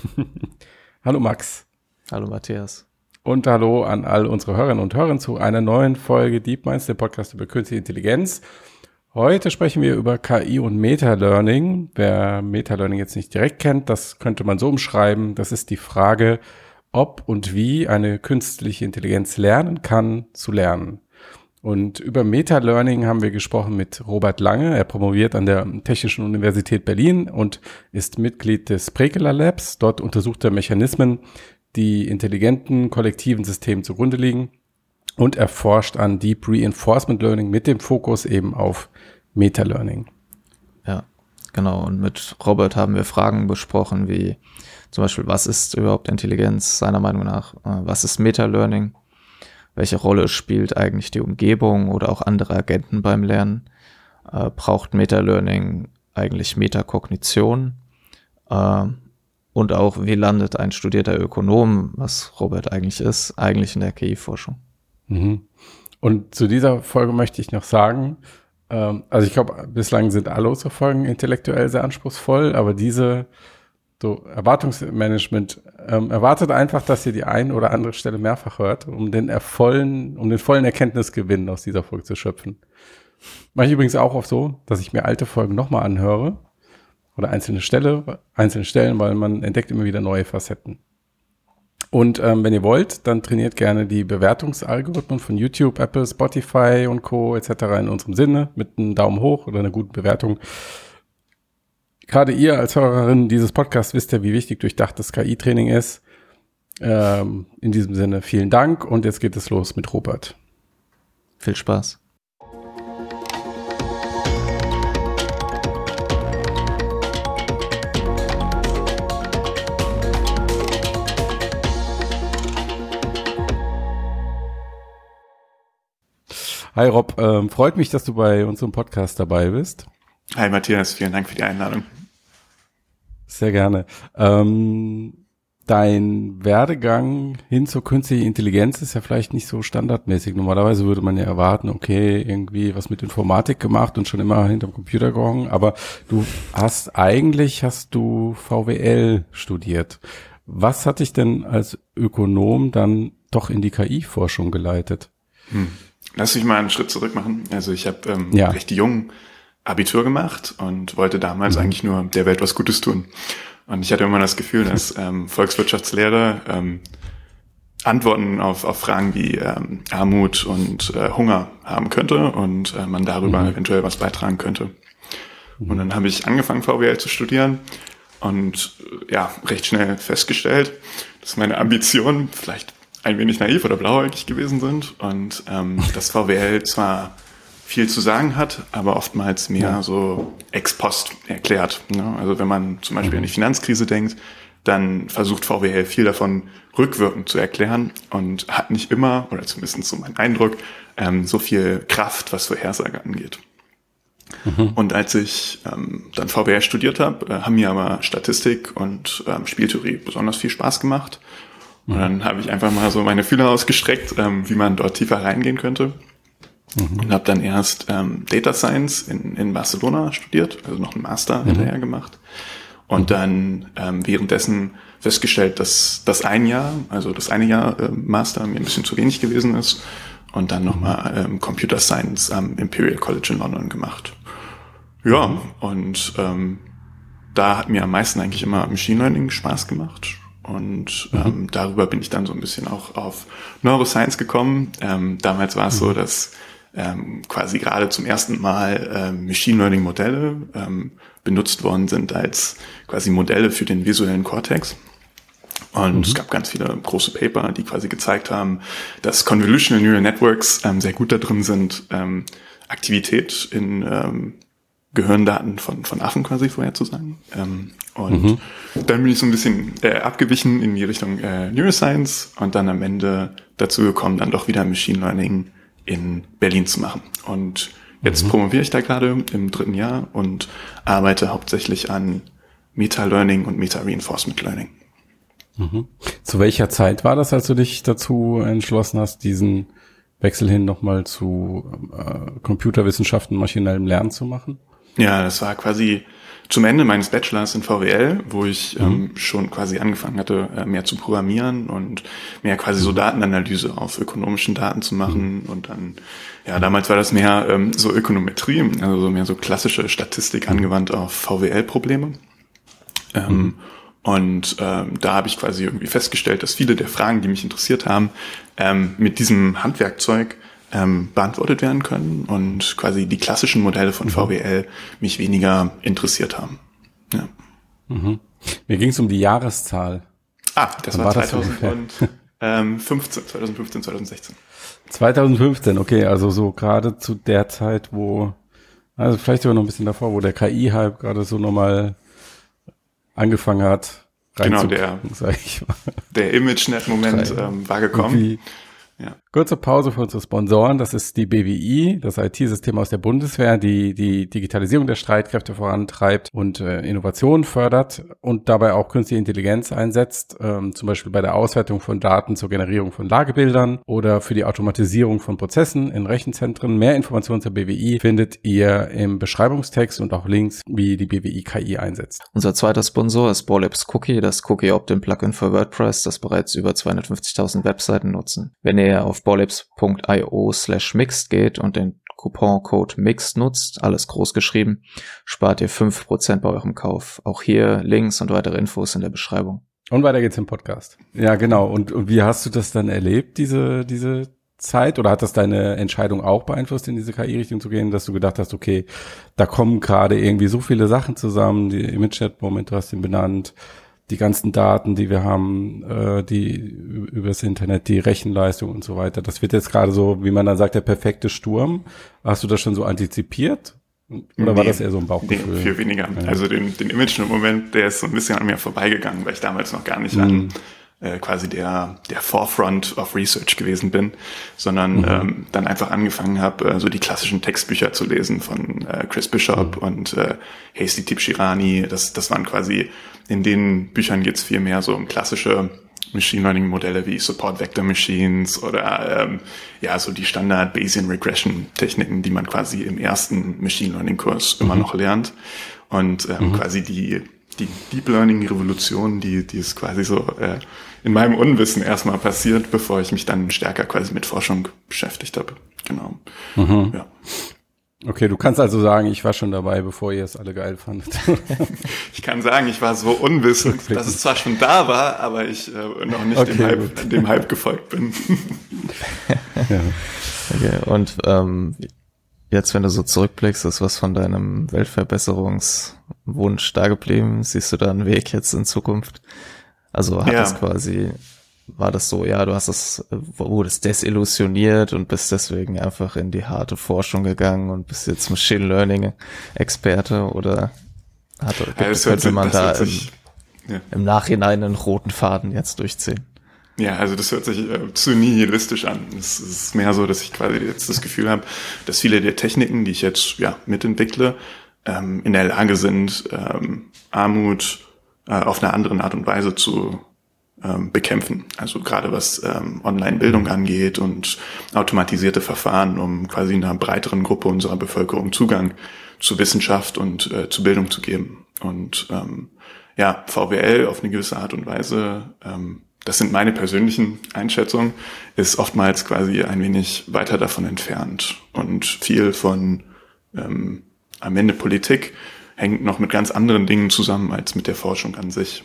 Hallo Max. Hallo Matthias. Und hallo an all unsere Hörerinnen und Hörer zu einer neuen Folge DeepMinds, der Podcast über künstliche Intelligenz. Heute sprechen wir über KI und Meta-Learning. Wer Meta-Learning jetzt nicht direkt kennt, das könnte man so umschreiben. Das ist die Frage, ob und wie eine künstliche Intelligenz lernen kann, zu lernen. Und über Meta-Learning haben wir gesprochen mit Robert Lange. Er promoviert an der Technischen Universität Berlin und ist Mitglied des Prekela Labs. Dort untersucht er Mechanismen, die intelligenten, kollektiven Systemen zugrunde liegen und erforscht an Deep Reinforcement Learning mit dem Fokus eben auf Meta-Learning. Ja, genau. Und mit Robert haben wir Fragen besprochen, wie zum Beispiel, was ist überhaupt Intelligenz seiner Meinung nach? Was ist Meta-Learning? Welche Rolle spielt eigentlich die Umgebung oder auch andere Agenten beim Lernen? Braucht Meta-Learning eigentlich Metakognition? Und auch, wie landet ein studierter Ökonom, was Robert eigentlich ist, eigentlich in der KI-Forschung? Mhm. Und zu dieser Folge möchte ich noch sagen, also ich glaube, bislang sind alle unsere Folgen intellektuell sehr anspruchsvoll, aber diese so Erwartungsmanagement erwartet einfach, dass ihr die eine oder andere Stelle mehrfach hört, um den vollen Erkenntnisgewinn aus dieser Folge zu schöpfen. Mache ich übrigens auch oft so, dass ich mir alte Folgen nochmal anhöre oder einzelne Stellen, weil man entdeckt immer wieder neue Facetten. Und wenn ihr wollt, dann trainiert gerne die Bewertungsalgorithmen von YouTube, Apple, Spotify und Co. etc. in unserem Sinne mit einem Daumen hoch oder einer guten Bewertung. Gerade ihr als Hörerin dieses Podcasts wisst ja, wie wichtig durchdachtes KI-Training ist. In diesem Sinne vielen Dank und jetzt geht es los mit Robert. Viel Spaß. Hi Rob, freut mich, dass du bei unserem Podcast dabei bist. Hi Matthias, vielen Dank für die Einladung. Sehr gerne. Dein Werdegang hin zur künstlichen Intelligenz ist ja vielleicht nicht so standardmäßig. Normalerweise würde man ja erwarten, okay, irgendwie was mit Informatik gemacht und schon immer hinterm Computer gehangen, aber du hast VWL studiert. Was hat dich denn als Ökonom dann doch in die KI-Forschung geleitet? Lass mich mal einen Schritt zurück machen. Also ich habe recht jung Abitur gemacht und wollte damals eigentlich nur der Welt was Gutes tun. Und ich hatte immer das Gefühl, dass Volkswirtschaftslehre Antworten auf Fragen wie Armut und Hunger haben könnte und man darüber eventuell was beitragen könnte. Und dann habe ich angefangen, VWL zu studieren und recht schnell festgestellt, dass meine Ambitionen vielleicht ein wenig naiv oder blauäugig gewesen sind und das VWL zwar viel zu sagen hat, aber oftmals mehr so ex post erklärt. Ne? Also wenn man zum Beispiel an die Finanzkrise denkt, dann versucht VWL viel davon rückwirkend zu erklären und hat nicht immer, oder zumindest so mein Eindruck, so viel Kraft, was Vorhersage angeht. Und als ich dann VWL studiert habe, haben mir aber Statistik und Spieltheorie besonders viel Spaß gemacht. Und dann habe ich einfach mal so meine Fühler ausgestreckt, wie man dort tiefer reingehen könnte. Und habe dann erst Data Science in Barcelona studiert, also noch einen Master hinterher gemacht. Und dann währenddessen festgestellt, dass das eine Jahr Master mir ein bisschen zu wenig gewesen ist. Und dann nochmal Computer Science am Imperial College in London gemacht. Ja, und da hat mir am meisten eigentlich immer Machine Learning Spaß gemacht. Und darüber bin ich dann so ein bisschen auch auf Neuroscience gekommen. Damals war es so, dass quasi gerade zum ersten Mal Machine Learning Modelle benutzt worden sind als quasi Modelle für den visuellen Kortex. Und es gab ganz viele große Paper, die quasi gezeigt haben, dass Convolutional Neural Networks sehr gut da drin sind, Aktivität in Gehirndaten von Affen quasi vorherzusagen. Und dann bin ich so ein bisschen abgewichen in die Richtung Neuroscience und dann am Ende dazu gekommen, dann doch wieder Machine Learning in Berlin zu machen. Und jetzt promoviere ich da gerade im 3. Jahr und arbeite hauptsächlich an Meta-Learning und Meta-Reinforcement Learning. Zu welcher Zeit war das, als du dich dazu entschlossen hast, diesen Wechsel hin nochmal zu Computerwissenschaften, maschinellem Lernen zu machen? Ja, das war quasi zum Ende meines Bachelors in VWL, wo ich schon quasi angefangen hatte, mehr zu programmieren und mehr quasi so Datenanalyse auf ökonomischen Daten zu machen. Und dann, ja, damals war das mehr so Ökonometrie, also so mehr so klassische Statistik angewandt auf VWL-Probleme. Und da habe ich quasi irgendwie festgestellt, dass viele der Fragen, die mich interessiert haben, mit diesem Handwerkzeug beantwortet werden können und quasi die klassischen Modelle von VWL mich weniger interessiert haben. Ja. Mir ging es um die Jahreszahl. Das war 2015, 2016. 2015, okay, also so gerade zu der Zeit, wo, also vielleicht sogar noch ein bisschen davor, wo der KI-Hype gerade so nochmal angefangen hat. Genau, der ImageNet-Moment war gekommen. Ja. Kurze Pause für unsere Sponsoren. Das ist die BWI, das IT-System aus der Bundeswehr, die Digitalisierung der Streitkräfte vorantreibt und Innovationen fördert und dabei auch künstliche Intelligenz einsetzt, zum Beispiel bei der Auswertung von Daten zur Generierung von Lagebildern oder für die Automatisierung von Prozessen in Rechenzentren. Mehr Informationen zur BWI findet ihr im Beschreibungstext und auch Links, wie die BWI KI einsetzt. Unser zweiter Sponsor ist Borlabs Cookie, das Cookie-Opt-in-Plugin für WordPress, das bereits über 250.000 Webseiten nutzen. Wenn ihr auf borlabs.io/mixed geht und den Couponcode MIXED nutzt, alles groß geschrieben, spart ihr 5% bei eurem Kauf. Auch hier Links und weitere Infos in der Beschreibung. Und weiter geht's im Podcast. Ja, genau. Und wie hast du das dann erlebt, diese Zeit? Oder hat das deine Entscheidung auch beeinflusst, in diese KI-Richtung zu gehen, dass du gedacht hast, okay, da kommen gerade irgendwie so viele Sachen zusammen, die ImageNet-Moment, du hast ihn benannt, die ganzen Daten, die wir haben, die übers Internet, die Rechenleistung und so weiter. Das wird jetzt gerade so, wie man dann sagt, der perfekte Sturm. Hast du das schon so antizipiert? Oder war das eher so ein Bauchgefühl? Nee, viel weniger. Ja. Also den Image-Moment, der ist so ein bisschen an mir vorbeigegangen, weil ich damals noch gar nicht an quasi der Forefront of Research gewesen bin, sondern dann einfach angefangen habe, so die klassischen Textbücher zu lesen von Chris Bishop und Hasty Tibshirani. Das waren quasi, in den Büchern geht's viel mehr so um klassische Machine Learning Modelle wie Support Vector Machines oder so die Standard Bayesian Regression Techniken, die man quasi im ersten Machine Learning Kurs immer noch lernt. Und quasi die Deep Learning Revolution, die ist quasi so in meinem Unwissen erstmal passiert, bevor ich mich dann stärker quasi mit Forschung beschäftigt habe. Genau. Ja. Okay, du kannst also sagen, ich war schon dabei, bevor ihr es alle geil fandet. Ich kann sagen, ich war so unwissend, dass es zwar schon da war, aber ich noch nicht dem Hype gefolgt bin. Ja. Okay, und jetzt, wenn du so zurückblickst, ist was von deinem Weltverbesserungswunsch da geblieben? Siehst du da einen Weg jetzt in Zukunft? Also war das so, ja, du wurdest desillusioniert und bist deswegen einfach in die harte Forschung gegangen und bist jetzt Machine Learning Experte oder könnte man da im Nachhinein einen roten Faden jetzt durchziehen? Ja, also das hört sich zu nihilistisch an. Es ist mehr so, dass ich quasi jetzt das Gefühl habe, dass viele der Techniken, die ich jetzt mitentwickle, in der Lage sind, Armut auf eine andere Art und Weise zu bekämpfen. Also gerade was Online-Bildung angeht und automatisierte Verfahren, um quasi einer breiteren Gruppe unserer Bevölkerung Zugang zu Wissenschaft und zu Bildung zu geben. Und VWL auf eine gewisse Art und Weise, das sind meine persönlichen Einschätzungen, ist oftmals quasi ein wenig weiter davon entfernt. Und viel von am Ende Politik hängt noch mit ganz anderen Dingen zusammen als mit der Forschung an sich.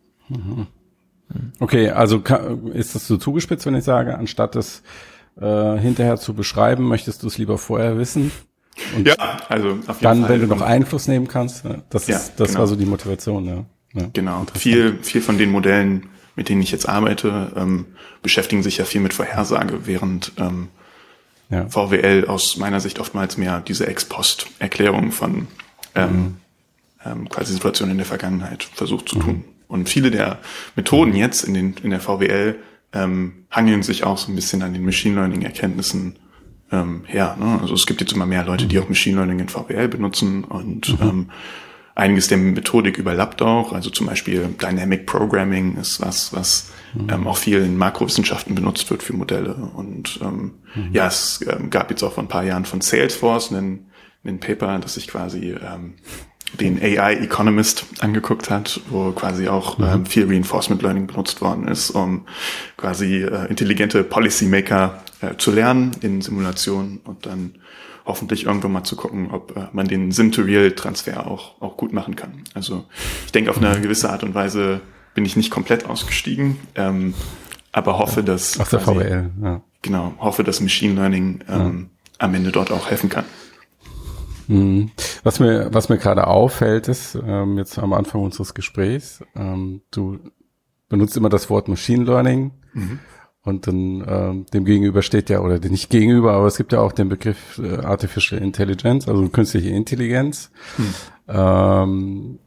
Okay, also ist das so zugespitzt, wenn ich sage, anstatt es hinterher zu beschreiben, möchtest du es lieber vorher wissen? Und also auf jeden dann, Fall. Wenn du noch Einfluss nehmen kannst, das genau. war so die Motivation. Ja. Genau, viel von den Modellen, mit denen ich jetzt arbeite, beschäftigen sich ja viel mit Vorhersage, während VWL aus meiner Sicht oftmals mehr diese Ex-Post-Erklärung von quasi Situationen in der Vergangenheit versucht zu tun. Und viele der Methoden jetzt in der VWL hangeln sich auch so ein bisschen an den Machine Learning Erkenntnissen her. Ne? Also es gibt jetzt immer mehr Leute, die auch Machine Learning in VWL benutzen und einiges der Methodik überlappt auch. Also zum Beispiel Dynamic Programming ist was auch viel in Makrowissenschaften benutzt wird für Modelle. Und es gab jetzt auch vor ein paar Jahren von Salesforce einen Paper, das sich quasi den AI Economist angeguckt hat, wo quasi auch viel Reinforcement Learning benutzt worden ist, um quasi intelligente Policymaker zu lernen in Simulationen und dann hoffentlich irgendwann mal zu gucken, ob man den Sim-to-Real-Transfer auch gut machen kann. Also ich denke, auf eine gewisse Art und Weise bin ich nicht komplett ausgestiegen, aber hoffe, dass auf der VWL, genau, hoffe, dass Machine Learning am Ende dort auch helfen kann. Was mir gerade auffällt, ist jetzt am Anfang unseres Gesprächs, du benutzt immer das Wort Machine Learning und dann dem gegenüber steht ja, oder nicht gegenüber, aber es gibt ja auch den Begriff Artificial Intelligence, also künstliche Intelligenz. Und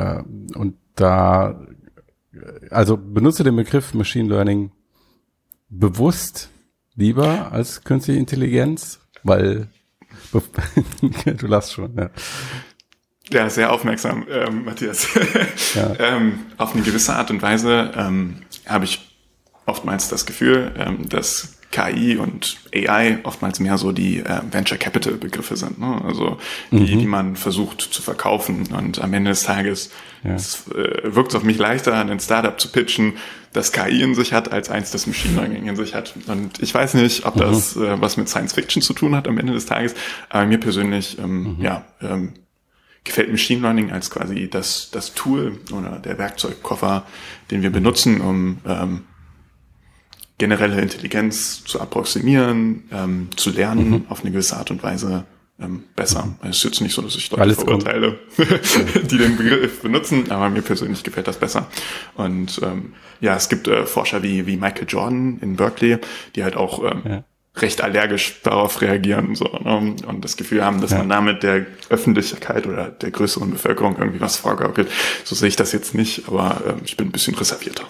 da, also benutze den Begriff Machine Learning bewusst lieber als künstliche Intelligenz, weil du lachst schon, ja. Ja, sehr aufmerksam, Matthias. Ja. Auf eine gewisse Art und Weise habe ich oftmals das Gefühl, dass KI und AI oftmals mehr so die Venture Capital Begriffe sind, ne? Also die man versucht zu verkaufen und am Ende des Tages wirkt es auf mich leichter, ein Startup zu pitchen, das KI in sich hat, als eins, das Machine Learning in sich hat. Und ich weiß nicht, ob das was mit Science Fiction zu tun hat am Ende des Tages, aber mir persönlich gefällt Machine Learning als quasi das Tool oder der Werkzeugkoffer, den wir benutzen, um generelle Intelligenz zu approximieren, zu lernen auf eine gewisse Art und Weise besser. Es ist jetzt nicht so, dass ich Leute verurteile, die den Begriff benutzen, aber mir persönlich gefällt das besser. Und es gibt Forscher wie Michael Jordan in Berkeley, die halt auch recht allergisch darauf reagieren so, ne? Und das Gefühl haben, dass man damit der Öffentlichkeit oder der größeren Bevölkerung irgendwie was vorgaukelt. So sehe ich das jetzt nicht, aber ich bin ein bisschen reservierter.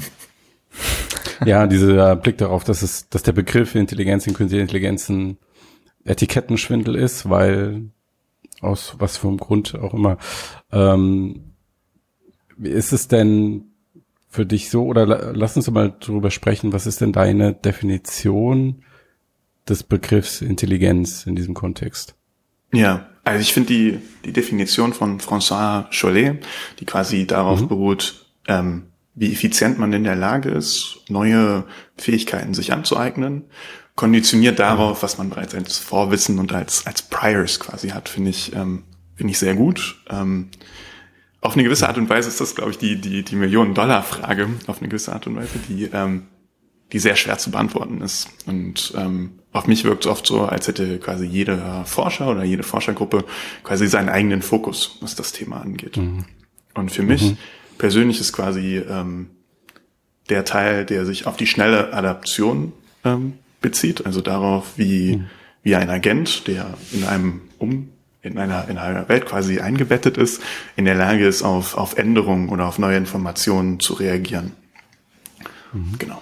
Ja, dieser Blick darauf, dass der Begriff Intelligenz in künstliche Intelligenz ein Etikettenschwindel ist, weil aus was für einem Grund auch immer. Ist es denn für dich so, oder lass uns mal drüber sprechen, was ist denn deine Definition des Begriffs Intelligenz in diesem Kontext? Ja, also ich finde die Definition von François Chollet, die quasi darauf beruht, wie effizient man in der Lage ist, neue Fähigkeiten sich anzueignen, konditioniert darauf, was man bereits als Vorwissen und als Priors quasi hat, finde ich sehr gut. Auf eine gewisse Art und Weise ist das, glaube ich, die Millionen-Dollar-Frage, auf eine gewisse Art und Weise, die sehr schwer zu beantworten ist. Und auf mich wirkt es oft so, als hätte quasi jeder Forscher oder jede Forschergruppe quasi seinen eigenen Fokus, was das Thema angeht. Und für mich persönlich ist quasi der Teil, der sich auf die schnelle Adaption bezieht, also darauf, wie ein Agent, der in einer Welt quasi eingebettet ist, in der Lage ist, auf Änderungen oder auf neue Informationen zu reagieren. Genau.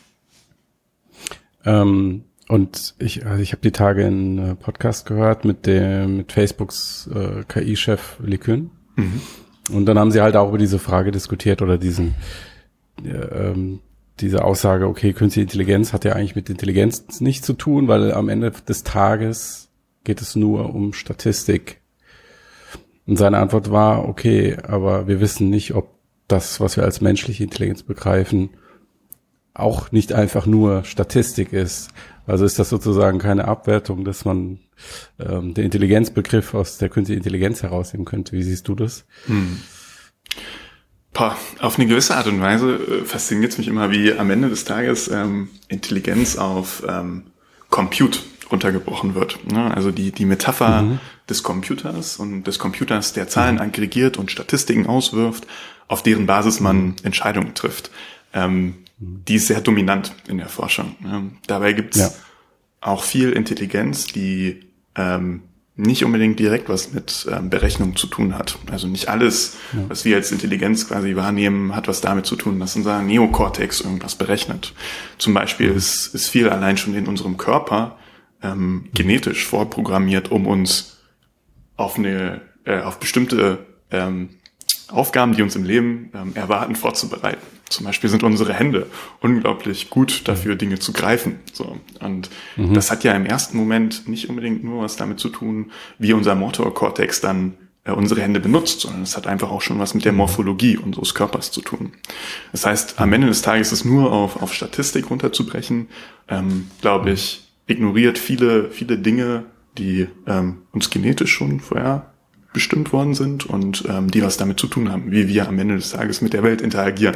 Und ich habe die Tage einen Podcast gehört mit Facebooks KI-Chef LeCun. Und dann haben sie halt auch über diese Frage diskutiert oder diese Aussage, okay, künstliche Intelligenz hat ja eigentlich mit Intelligenz nichts zu tun, weil am Ende des Tages geht es nur um Statistik. Und seine Antwort war, okay, aber wir wissen nicht, ob das, was wir als menschliche Intelligenz begreifen, auch nicht einfach nur Statistik ist. Also ist das sozusagen keine Abwertung, dass man den Intelligenzbegriff aus der künstlichen Intelligenz herausnehmen könnte. Wie siehst du das? Auf eine gewisse Art und Weise fasziniert es mich immer, wie am Ende des Tages Intelligenz auf Compute runtergebrochen wird. Ne? Also die Metapher des Computers und des Computers, der Zahlen aggregiert und Statistiken auswirft, auf deren Basis man Entscheidungen trifft. Die ist sehr dominant in der Forschung. Dabei gibt's auch viel Intelligenz, die nicht unbedingt direkt was mit Berechnung zu tun hat. Also nicht alles, was wir als Intelligenz quasi wahrnehmen, hat was damit zu tun, dass unser Neokortex irgendwas berechnet. Zum Beispiel ist viel allein schon in unserem Körper genetisch vorprogrammiert, um uns auf bestimmte Aufgaben, die uns im Leben erwarten, vorzubereiten. Zum Beispiel sind unsere Hände unglaublich gut dafür, Dinge zu greifen. So. Und das hat ja im ersten Moment nicht unbedingt nur was damit zu tun, wie unser Motorkortex dann unsere Hände benutzt, sondern es hat einfach auch schon was mit der Morphologie unseres Körpers zu tun. Das heißt, am Ende des Tages ist nur auf Statistik runterzubrechen, glaube ich, ignoriert viele Dinge, die uns genetisch schon vorher bestimmt worden sind und die was damit zu tun haben, wie wir am Ende des Tages mit der Welt interagieren.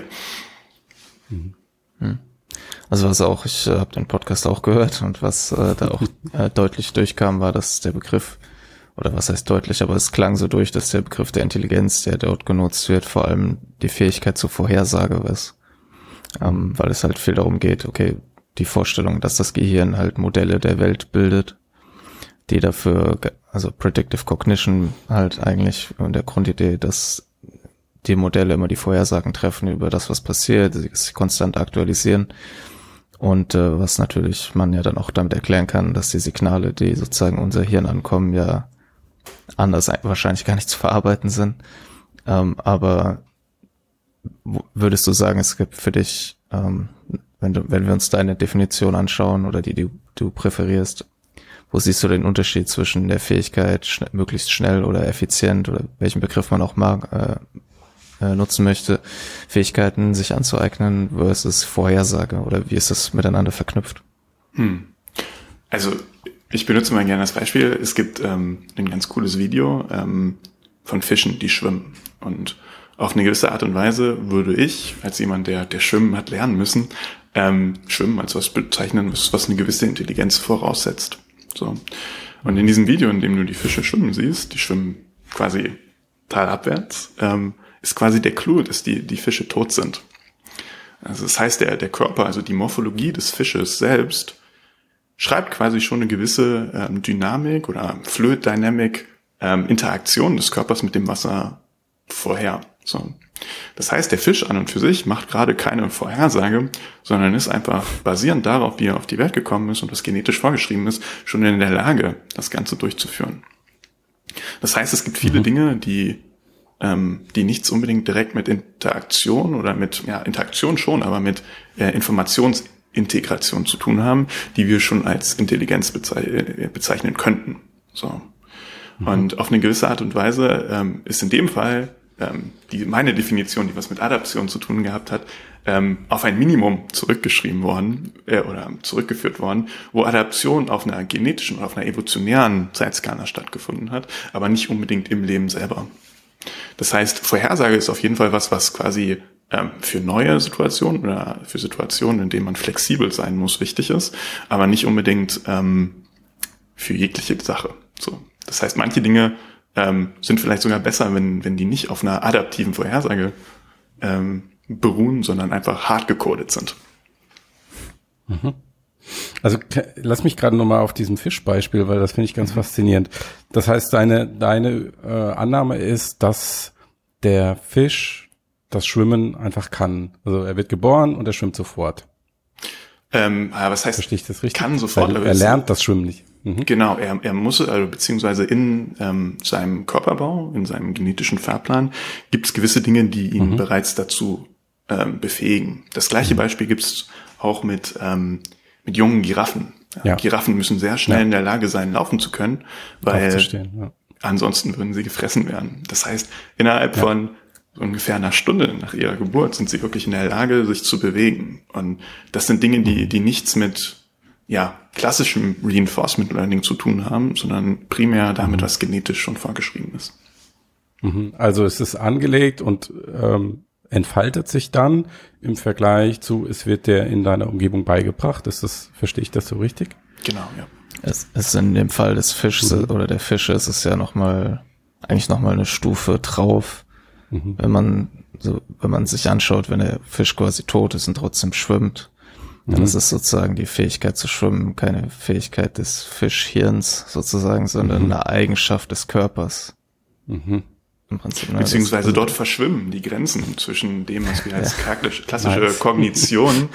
Also was auch, ich habe den Podcast auch gehört und was da auch deutlich durchkam, war, dass der Begriff, oder was heißt deutlich, aber es klang so durch, dass der Begriff der Intelligenz, der dort genutzt wird, vor allem die Fähigkeit zur Vorhersage ist. Weil es halt viel darum geht, okay, die Vorstellung, dass das Gehirn halt Modelle der Welt bildet, die dafür, also Predictive Cognition halt eigentlich in der Grundidee, dass die Modelle immer die Vorhersagen treffen über das, was passiert, sie konstant aktualisieren. Und was natürlich man ja dann auch damit erklären kann, dass die Signale, die sozusagen unser Hirn ankommen, ja anders wahrscheinlich gar nicht zu verarbeiten sind. Aber würdest du sagen, es gibt für dich, wenn wir uns deine Definition anschauen oder die du präferierst, wo siehst du den Unterschied zwischen der Fähigkeit, möglichst schnell oder effizient oder welchen Begriff man auch mag, nutzen möchte, Fähigkeiten sich anzueignen versus Vorhersage, oder wie ist das miteinander verknüpft? Also ich benutze mal gerne das Beispiel. Es gibt ein ganz cooles Video von Fischen, die schwimmen. Und auf eine gewisse Art und Weise würde ich, als jemand, der schwimmen hat lernen müssen, Schwimmen als was bezeichnen, was eine gewisse Intelligenz voraussetzt. So. Und in diesem Video, in dem du die Fische schwimmen siehst, die schwimmen quasi talabwärts, ist quasi der Clou, dass die Fische tot sind. Also das heißt, der Körper, also die Morphologie des Fisches selbst, schreibt quasi schon eine gewisse Dynamik oder Fluid Dynamic Interaktion des Körpers mit dem Wasser vorher. So. Das heißt, der Fisch an und für sich macht gerade keine Vorhersage, sondern ist einfach basierend darauf, wie er auf die Welt gekommen ist und was genetisch vorgeschrieben ist, schon in der Lage, das Ganze durchzuführen. Das heißt, es gibt viele Dinge, die nichts unbedingt direkt mit Interaktion oder mit, ja, Interaktion schon, aber mit Informationsintegration zu tun haben, die wir schon als Intelligenz bezeichnen könnten. So. Und auf eine gewisse Art und Weise ist in dem Fall meine Definition, die was mit Adaption zu tun gehabt hat, auf ein Minimum zurückgeschrieben worden oder zurückgeführt worden, wo Adaption auf einer genetischen oder auf einer evolutionären Zeitskala stattgefunden hat, aber nicht unbedingt im Leben selber. Das heißt, Vorhersage ist auf jeden Fall was quasi für neue Situationen oder für Situationen, in denen man flexibel sein muss, wichtig ist, aber nicht unbedingt für jegliche Sache. So. Das heißt, manche Dinge sind vielleicht sogar besser, wenn die nicht auf einer adaptiven Vorhersage beruhen, sondern einfach hart gecodet sind. Also lass mich gerade nochmal auf diesem Fischbeispiel, weil das finde ich ganz faszinierend. Das heißt, deine Annahme ist, dass der Fisch das Schwimmen einfach kann. Also er wird geboren und er schwimmt sofort. Aber was heißt, verstehe ich das richtig? Kann sofort. Er lernt das Schwimmen nicht. Genau, er muss, also beziehungsweise in seinem Körperbau, in seinem genetischen Fahrplan, gibt es gewisse Dinge, die ihn bereits dazu befähigen. Das gleiche Beispiel gibt es auch mit jungen Giraffen. Ja. Giraffen müssen sehr schnell in der Lage sein, laufen zu können, weil ansonsten würden sie gefressen werden. Das heißt, innerhalb von ungefähr einer Stunde nach ihrer Geburt sind sie wirklich in der Lage, sich zu bewegen. Und das sind Dinge, die nichts mit klassischem Reinforcement Learning zu tun haben, sondern primär damit, was genetisch schon vorgeschrieben ist. Also es ist angelegt und entfaltet sich dann im Vergleich zu, es wird dir in deiner Umgebung beigebracht. Verstehe ich das so richtig? Genau, ja. Es ist in dem Fall des Fischs oder der Fische, es ist ja eigentlich nochmal eine Stufe drauf. Wenn man sich anschaut, wenn der Fisch quasi tot ist und trotzdem schwimmt, dann ist es sozusagen die Fähigkeit zu schwimmen, keine Fähigkeit des Fischhirns sozusagen, sondern eine Eigenschaft des Körpers. Im Prinzip, beziehungsweise dort verschwimmen die Grenzen zwischen dem, was wir als klassische Kognition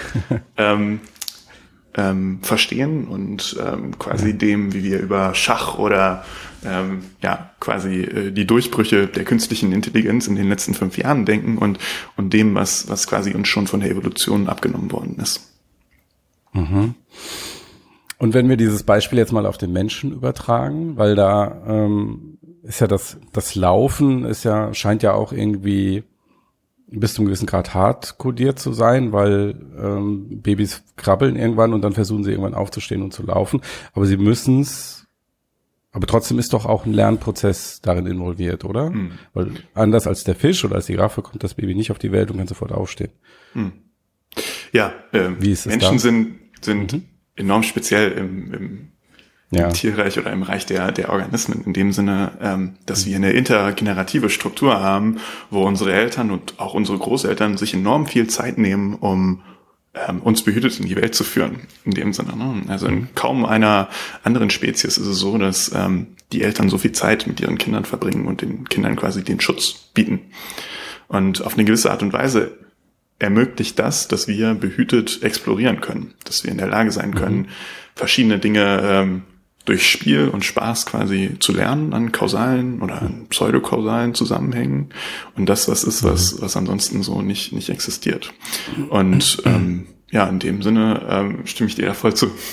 verstehen und quasi dem, wie wir über Schach oder quasi die Durchbrüche der künstlichen Intelligenz in den letzten 5 Jahren denken und dem, was quasi uns schon von der Evolution abgenommen worden ist. Und wenn wir dieses Beispiel jetzt mal auf den Menschen übertragen, weil da ist ja das Laufen scheint ja auch irgendwie bis zu einem gewissen Grad hart kodiert zu sein, weil Babys krabbeln irgendwann und dann versuchen sie irgendwann aufzustehen und zu laufen. Aber sie müssen's, aber trotzdem ist doch auch ein Lernprozess darin involviert, oder? Mhm. Weil anders als der Fisch oder als die Giraffe kommt das Baby nicht auf die Welt und kann sofort aufstehen. Mhm. Ja, wie ist es Menschen sind enorm speziell im Tierreich oder im Reich der Organismen, in dem Sinne, dass wir eine intergenerative Struktur haben, wo unsere Eltern und auch unsere Großeltern sich enorm viel Zeit nehmen, um uns behütet in die Welt zu führen, in dem Sinne. Ne? Also in kaum einer anderen Spezies ist es so, dass die Eltern so viel Zeit mit ihren Kindern verbringen und den Kindern quasi den Schutz bieten. Und auf eine gewisse Art und Weise ermöglicht das, dass wir behütet explorieren können, dass wir in der Lage sein können, verschiedene Dinge durch Spiel und Spaß quasi zu lernen an kausalen oder an pseudokausalen Zusammenhängen und das, was ansonsten so nicht existiert. Und in dem Sinne stimme ich dir da voll zu.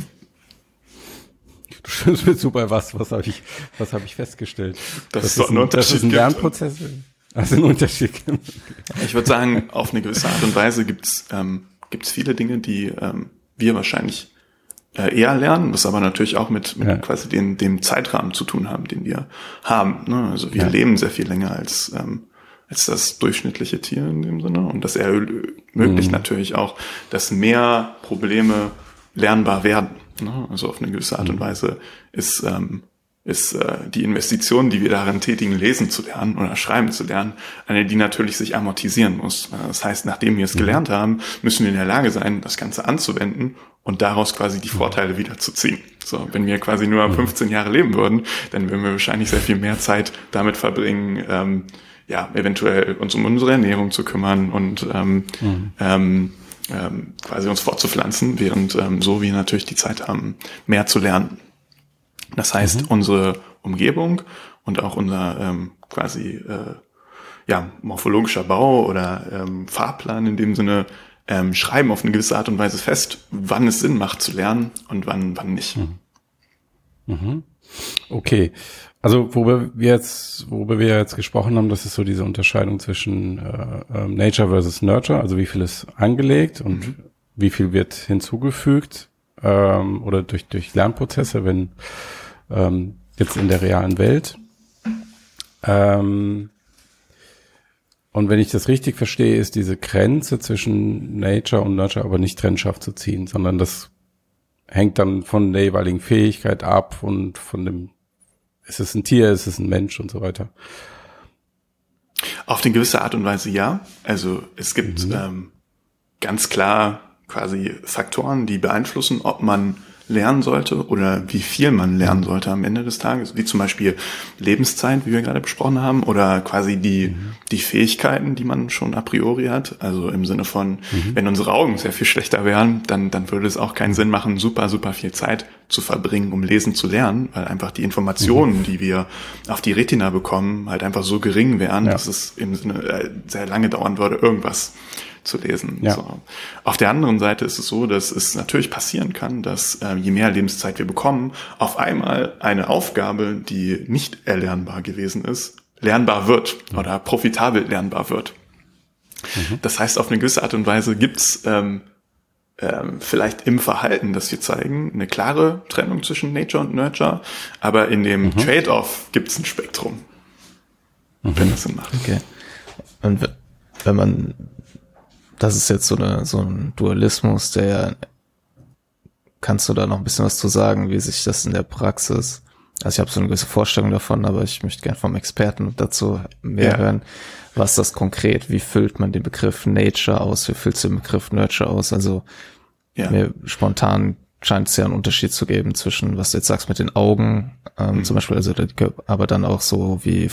Du stimmst mir zu bei was habe ich festgestellt? Das ist ein Lernprozess. Also ein Unterschied. Ich würde sagen, auf eine gewisse Art und Weise gibt's viele Dinge, die wir wahrscheinlich eher lernen, was aber natürlich auch mit quasi dem Zeitrahmen zu tun haben, den wir haben. Ne? Also wir leben sehr viel länger als das durchschnittliche Tier in dem Sinne. Und das ermöglicht natürlich auch, dass mehr Probleme lernbar werden. Ne? Also auf eine gewisse Art und Weise ist die Investition, die wir darin tätigen, lesen zu lernen oder schreiben zu lernen, eine, die natürlich sich amortisieren muss. Das heißt, nachdem wir es gelernt haben, müssen wir in der Lage sein, das Ganze anzuwenden und daraus quasi die Vorteile wieder zu ziehen. So, wenn wir quasi nur 15 Jahre leben würden, dann würden wir wahrscheinlich sehr viel mehr Zeit damit verbringen, eventuell uns um unsere Ernährung zu kümmern und quasi uns fortzupflanzen, während so wir natürlich die Zeit haben, mehr zu lernen. Das heißt, unsere Umgebung und auch unser morphologischer Bau oder Fahrplan in dem Sinne schreiben auf eine gewisse Art und Weise fest, wann es Sinn macht zu lernen und wann nicht. Okay, also worüber wir jetzt gesprochen haben, das ist so diese Unterscheidung zwischen Nature versus Nurture, also wie viel ist angelegt und wie viel wird hinzugefügt oder durch Lernprozesse, wenn jetzt in der realen Welt. Und wenn ich das richtig verstehe, ist diese Grenze zwischen Nature und Nurture aber nicht trennscharf zu ziehen, sondern das hängt dann von der jeweiligen Fähigkeit ab und von dem, ist es ein Tier, ist es ein Mensch und so weiter. Auf eine gewisse Art und Weise ja. Also es gibt ganz klar quasi Faktoren, die beeinflussen, ob man lernen sollte oder wie viel man lernen sollte am Ende des Tages, wie zum Beispiel Lebenszeit, wie wir gerade besprochen haben, oder quasi die Fähigkeiten, die man schon a priori hat, also im Sinne von, wenn unsere Augen sehr viel schlechter wären, dann würde es auch keinen Sinn machen, super viel Zeit zu verbringen, um lesen zu lernen, weil einfach die Informationen, die wir auf die Retina bekommen, halt einfach so gering wären, dass es im Sinne sehr lange dauern würde, irgendwas zu lesen. Ja. So. Auf der anderen Seite ist es so, dass es natürlich passieren kann, dass je mehr Lebenszeit wir bekommen, auf einmal eine Aufgabe, die nicht erlernbar gewesen ist, lernbar wird oder profitabel lernbar wird. Das heißt, auf eine gewisse Art und Weise gibt's vielleicht im Verhalten, das wir zeigen, eine klare Trennung zwischen Nature und Nurture, aber in dem Trade-off gibt's ein Spektrum, wenn das Sinn macht. Okay. Und wenn man das ist jetzt so ein Dualismus, kannst du da noch ein bisschen was zu sagen, wie sich das in der Praxis, also ich habe so eine gewisse Vorstellung davon, aber ich möchte gerne vom Experten dazu mehr hören, was das konkret, wie füllt man den Begriff Nature aus, wie füllt den Begriff Nurture aus, also mir spontan scheint es ja einen Unterschied zu geben zwischen, was du jetzt sagst mit den Augen, zum Beispiel, also aber dann auch so wie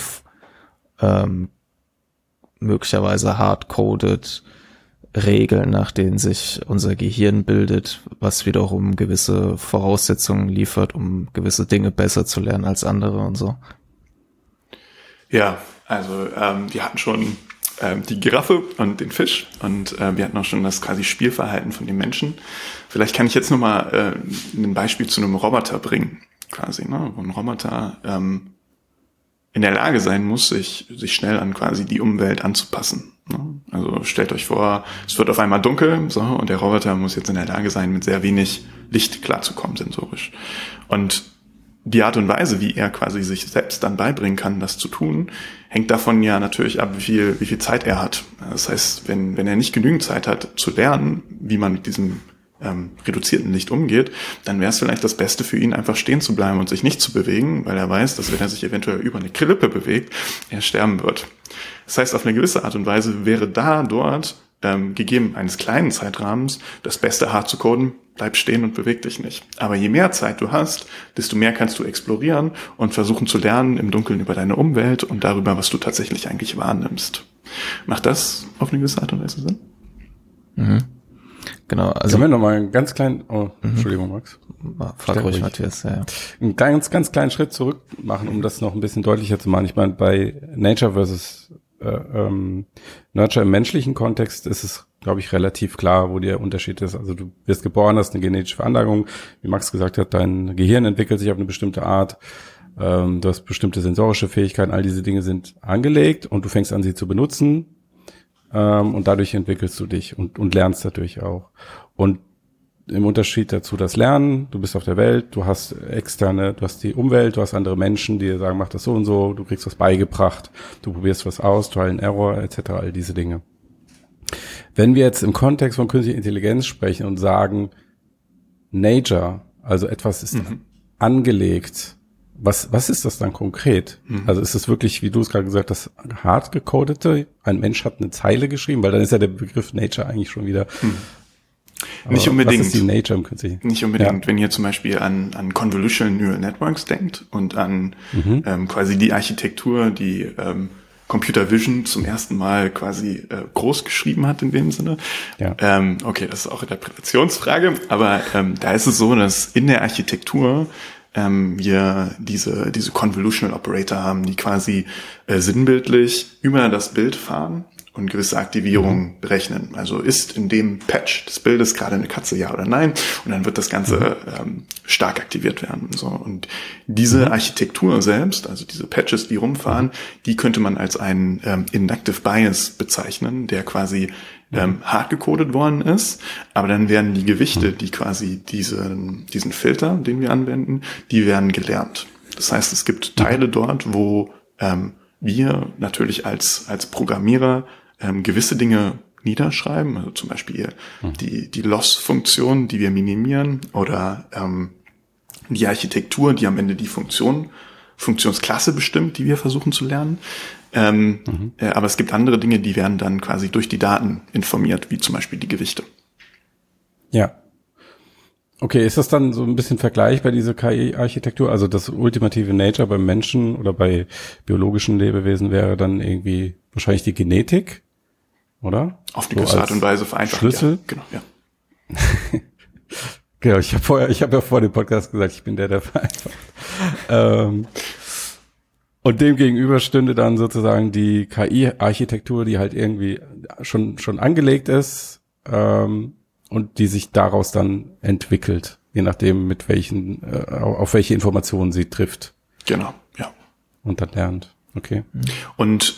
möglicherweise hard-coded Regeln, nach denen sich unser Gehirn bildet, was wiederum gewisse Voraussetzungen liefert, um gewisse Dinge besser zu lernen als andere und so. Ja, also wir hatten schon die Giraffe und den Fisch und wir hatten auch schon das quasi Spielverhalten von den Menschen. Vielleicht kann ich jetzt nochmal ein Beispiel zu einem Roboter bringen, quasi, ne? Wo ein Roboter in der Lage sein muss, sich schnell an quasi die Umwelt anzupassen. Also stellt euch vor, es wird auf einmal dunkel, so, und der Roboter muss jetzt in der Lage sein, mit sehr wenig Licht klarzukommen, sensorisch. Und die Art und Weise, wie er quasi sich selbst dann beibringen kann, das zu tun, hängt davon ja natürlich ab, wie viel Zeit er hat. Das heißt, wenn er nicht genügend Zeit hat zu lernen, wie man mit diesem reduzierten Licht umgeht, dann wäre es vielleicht das Beste für ihn, einfach stehen zu bleiben und sich nicht zu bewegen, weil er weiß, dass wenn er sich eventuell über eine Klippe bewegt, er sterben wird. Das heißt, auf eine gewisse Art und Weise wäre dort gegeben eines kleinen Zeitrahmens das Beste hart zu coden, bleib stehen und beweg dich nicht. Aber je mehr Zeit du hast, desto mehr kannst du explorieren und versuchen zu lernen im Dunkeln über deine Umwelt und darüber, was du tatsächlich eigentlich wahrnimmst. Macht das auf eine gewisse Art und Weise Sinn? Mhm. Genau, also. Können wir nochmal einen ganz kleinen, Entschuldigung, Max. Frag ruhig, Matthias, ja. Einen ganz kleinen Schritt zurück machen, um das noch ein bisschen deutlicher zu machen. Ich meine, bei Nature versus Nurture im menschlichen Kontext ist es, glaube ich, relativ klar, wo der Unterschied ist. Also du wirst geboren, hast eine genetische Veranlagung. Wie Max gesagt hat, dein Gehirn entwickelt sich auf eine bestimmte Art. Du hast bestimmte sensorische Fähigkeiten. All diese Dinge sind angelegt und du fängst an, sie zu benutzen. Und dadurch entwickelst du dich und lernst dadurch auch. Und im Unterschied dazu das Lernen, du bist auf der Welt, du hast die Umwelt, du hast andere Menschen, die dir sagen, mach das so und so, du kriegst was beigebracht, du probierst was aus, Trial and Error etc., all diese Dinge. Wenn wir jetzt im Kontext von künstlicher Intelligenz sprechen und sagen, Nature, also etwas ist angelegt, was ist das dann konkret? Also ist es wirklich, wie du es gerade gesagt hast, hart gecodete? Ein Mensch hat eine Zeile geschrieben, weil dann ist ja der Begriff Nature eigentlich schon wieder nicht unbedingt. Was ist die Nature im Künstlichen? Nicht unbedingt, wenn ihr zum Beispiel an Convolutional Neural Networks denkt und an quasi die Architektur, die Computer Vision zum ersten Mal quasi groß geschrieben hat in dem Sinne. Ja. Okay, das ist auch eine Interpretationsfrage, aber da ist es so, dass in der Architektur wir diese Convolutional Operator haben, die quasi sinnbildlich über das Bild fahren und gewisse Aktivierungen berechnen. Also ist in dem Patch des Bildes gerade eine Katze, ja oder nein? Und dann wird das Ganze stark aktiviert werden. So. Und diese Architektur selbst, also diese Patches, die rumfahren, die könnte man als einen Inductive Bias bezeichnen, der quasi hart gecodet worden ist. Aber dann werden die Gewichte, die quasi diesen Filter, den wir anwenden, die werden gelernt. Das heißt, es gibt Teile dort, wo wir natürlich als Programmierer gewisse Dinge niederschreiben, also zum Beispiel die Loss-Funktion, die wir minimieren, oder die Architektur, die am Ende die Funktionsklasse bestimmt, die wir versuchen zu lernen. Aber es gibt andere Dinge, die werden dann quasi durch die Daten informiert, wie zum Beispiel die Gewichte. Ja. Okay, ist das dann so ein bisschen vergleichbar, diese KI-Architektur? Also das ultimative Nature beim Menschen oder bei biologischen Lebewesen wäre dann irgendwie wahrscheinlich die Genetik, oder? Auf eine gewisse Art und Weise vereinfacht. Schlüssel? Ja, genau, ja. Genau, ich habe ja vor dem Podcast gesagt, ich bin der vereinfacht. Und dem gegenüber stünde dann sozusagen die KI-Architektur, die halt irgendwie schon angelegt ist, und die sich daraus dann entwickelt, je nachdem mit auf welche Informationen sie trifft. Genau, ja. Und dann lernt. Okay. Und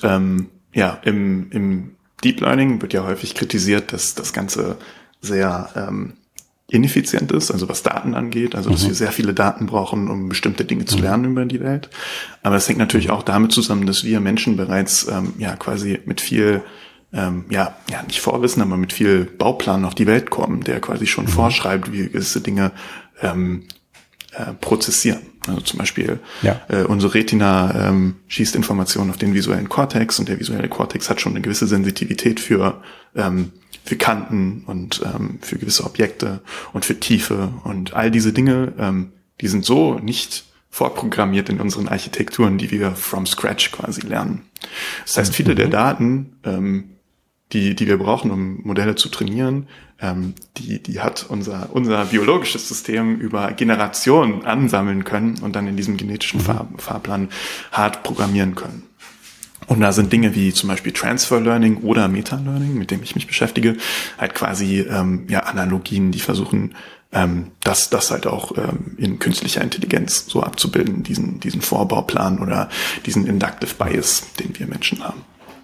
im Deep Learning wird ja häufig kritisiert, dass das Ganze sehr ineffizient ist, also was Daten angeht, also dass wir sehr viele Daten brauchen, um bestimmte Dinge zu lernen über die Welt. Aber es hängt natürlich auch damit zusammen, dass wir Menschen bereits quasi mit viel nicht Vorwissen, aber mit viel Bauplan auf die Welt kommen, der quasi schon vorschreibt, wie wir gewisse Dinge prozessieren. Also zum Beispiel unsere Retina schießt Informationen auf den visuellen Kortex und der visuelle Kortex hat schon eine gewisse Sensitivität für Kanten und für gewisse Objekte und für Tiefe und all diese Dinge, die sind so nicht vorprogrammiert in unseren Architekturen, die wir from scratch quasi lernen. Das heißt, viele der Daten, die wir brauchen, um Modelle zu trainieren, die hat unser biologisches System über Generationen ansammeln können und dann in diesem genetischen Fahrplan hart programmieren können. Und da sind Dinge wie zum Beispiel Transfer Learning oder Meta Learning, mit dem ich mich beschäftige, halt quasi Analogien, die versuchen das halt auch in künstlicher Intelligenz so abzubilden, diesen Vorbauplan oder diesen Inductive Bias, den wir Menschen haben.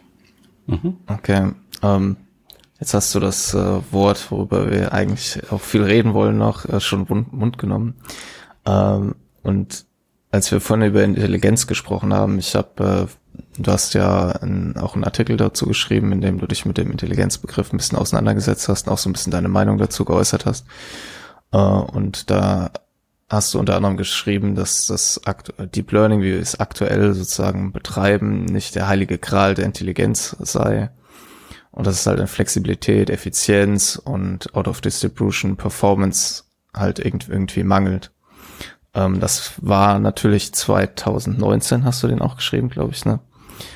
Okay, jetzt hast du das Wort, worüber wir eigentlich auch viel reden wollen, noch schon Mund genommen. Und als wir vorhin über Intelligenz gesprochen haben, du hast ja auch einen Artikel dazu geschrieben, in dem du dich mit dem Intelligenzbegriff ein bisschen auseinandergesetzt hast und auch so ein bisschen deine Meinung dazu geäußert hast. Und da hast du unter anderem geschrieben, dass das Deep Learning, wie wir es aktuell sozusagen betreiben, nicht der heilige Gral der Intelligenz sei. Und dass es halt an Flexibilität, Effizienz und Out-of-Distribution Performance halt irgendwie mangelt. Das war natürlich 2019, hast du den auch geschrieben, glaube ich, ne?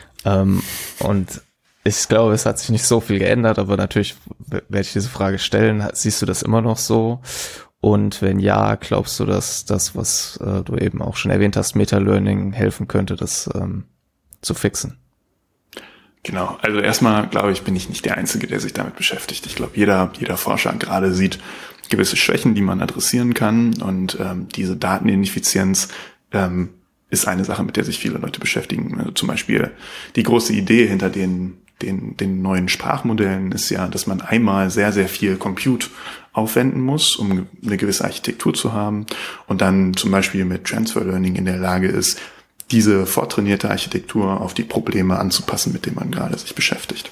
Und ich glaube, es hat sich nicht so viel geändert, aber natürlich werde ich diese Frage stellen. Siehst du das immer noch so? Und wenn ja, glaubst du, dass das, was du eben auch schon erwähnt hast, Meta-Learning helfen könnte, das zu fixen? Genau, also erstmal glaube ich, bin ich nicht der Einzige, der sich damit beschäftigt. Ich glaube, jeder Forscher gerade sieht gewisse Schwächen, die man adressieren kann, und diese Datenineffizienz ist eine Sache, mit der sich viele Leute beschäftigen. Also zum Beispiel die große Idee hinter den neuen Sprachmodellen ist ja, dass man einmal sehr, sehr viel Compute aufwenden muss, um eine gewisse Architektur zu haben, und dann zum Beispiel mit Transfer Learning in der Lage ist, diese vortrainierte Architektur auf die Probleme anzupassen, mit denen man gerade sich beschäftigt.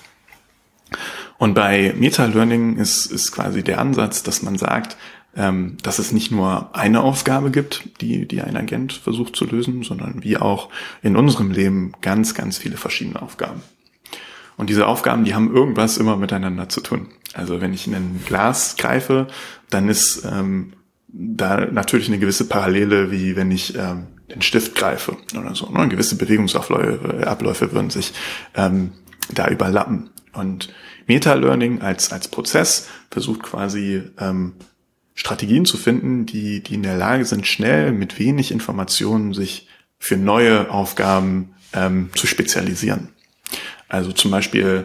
Und bei Meta-Learning ist quasi der Ansatz, dass man sagt, dass es nicht nur eine Aufgabe gibt, die ein Agent versucht zu lösen, sondern wie auch in unserem Leben ganz, ganz viele verschiedene Aufgaben. Und diese Aufgaben, die haben irgendwas immer miteinander zu tun. Also wenn ich in ein Glas greife, dann ist da natürlich eine gewisse Parallele, wie wenn ich den Stift greife oder so. Ne? Gewisse Bewegungsabläufe würden sich da überlappen. Und Meta-Learning als Prozess versucht quasi Strategien zu finden, die in der Lage sind, schnell mit wenig Informationen sich für neue Aufgaben zu spezialisieren. Also zum Beispiel,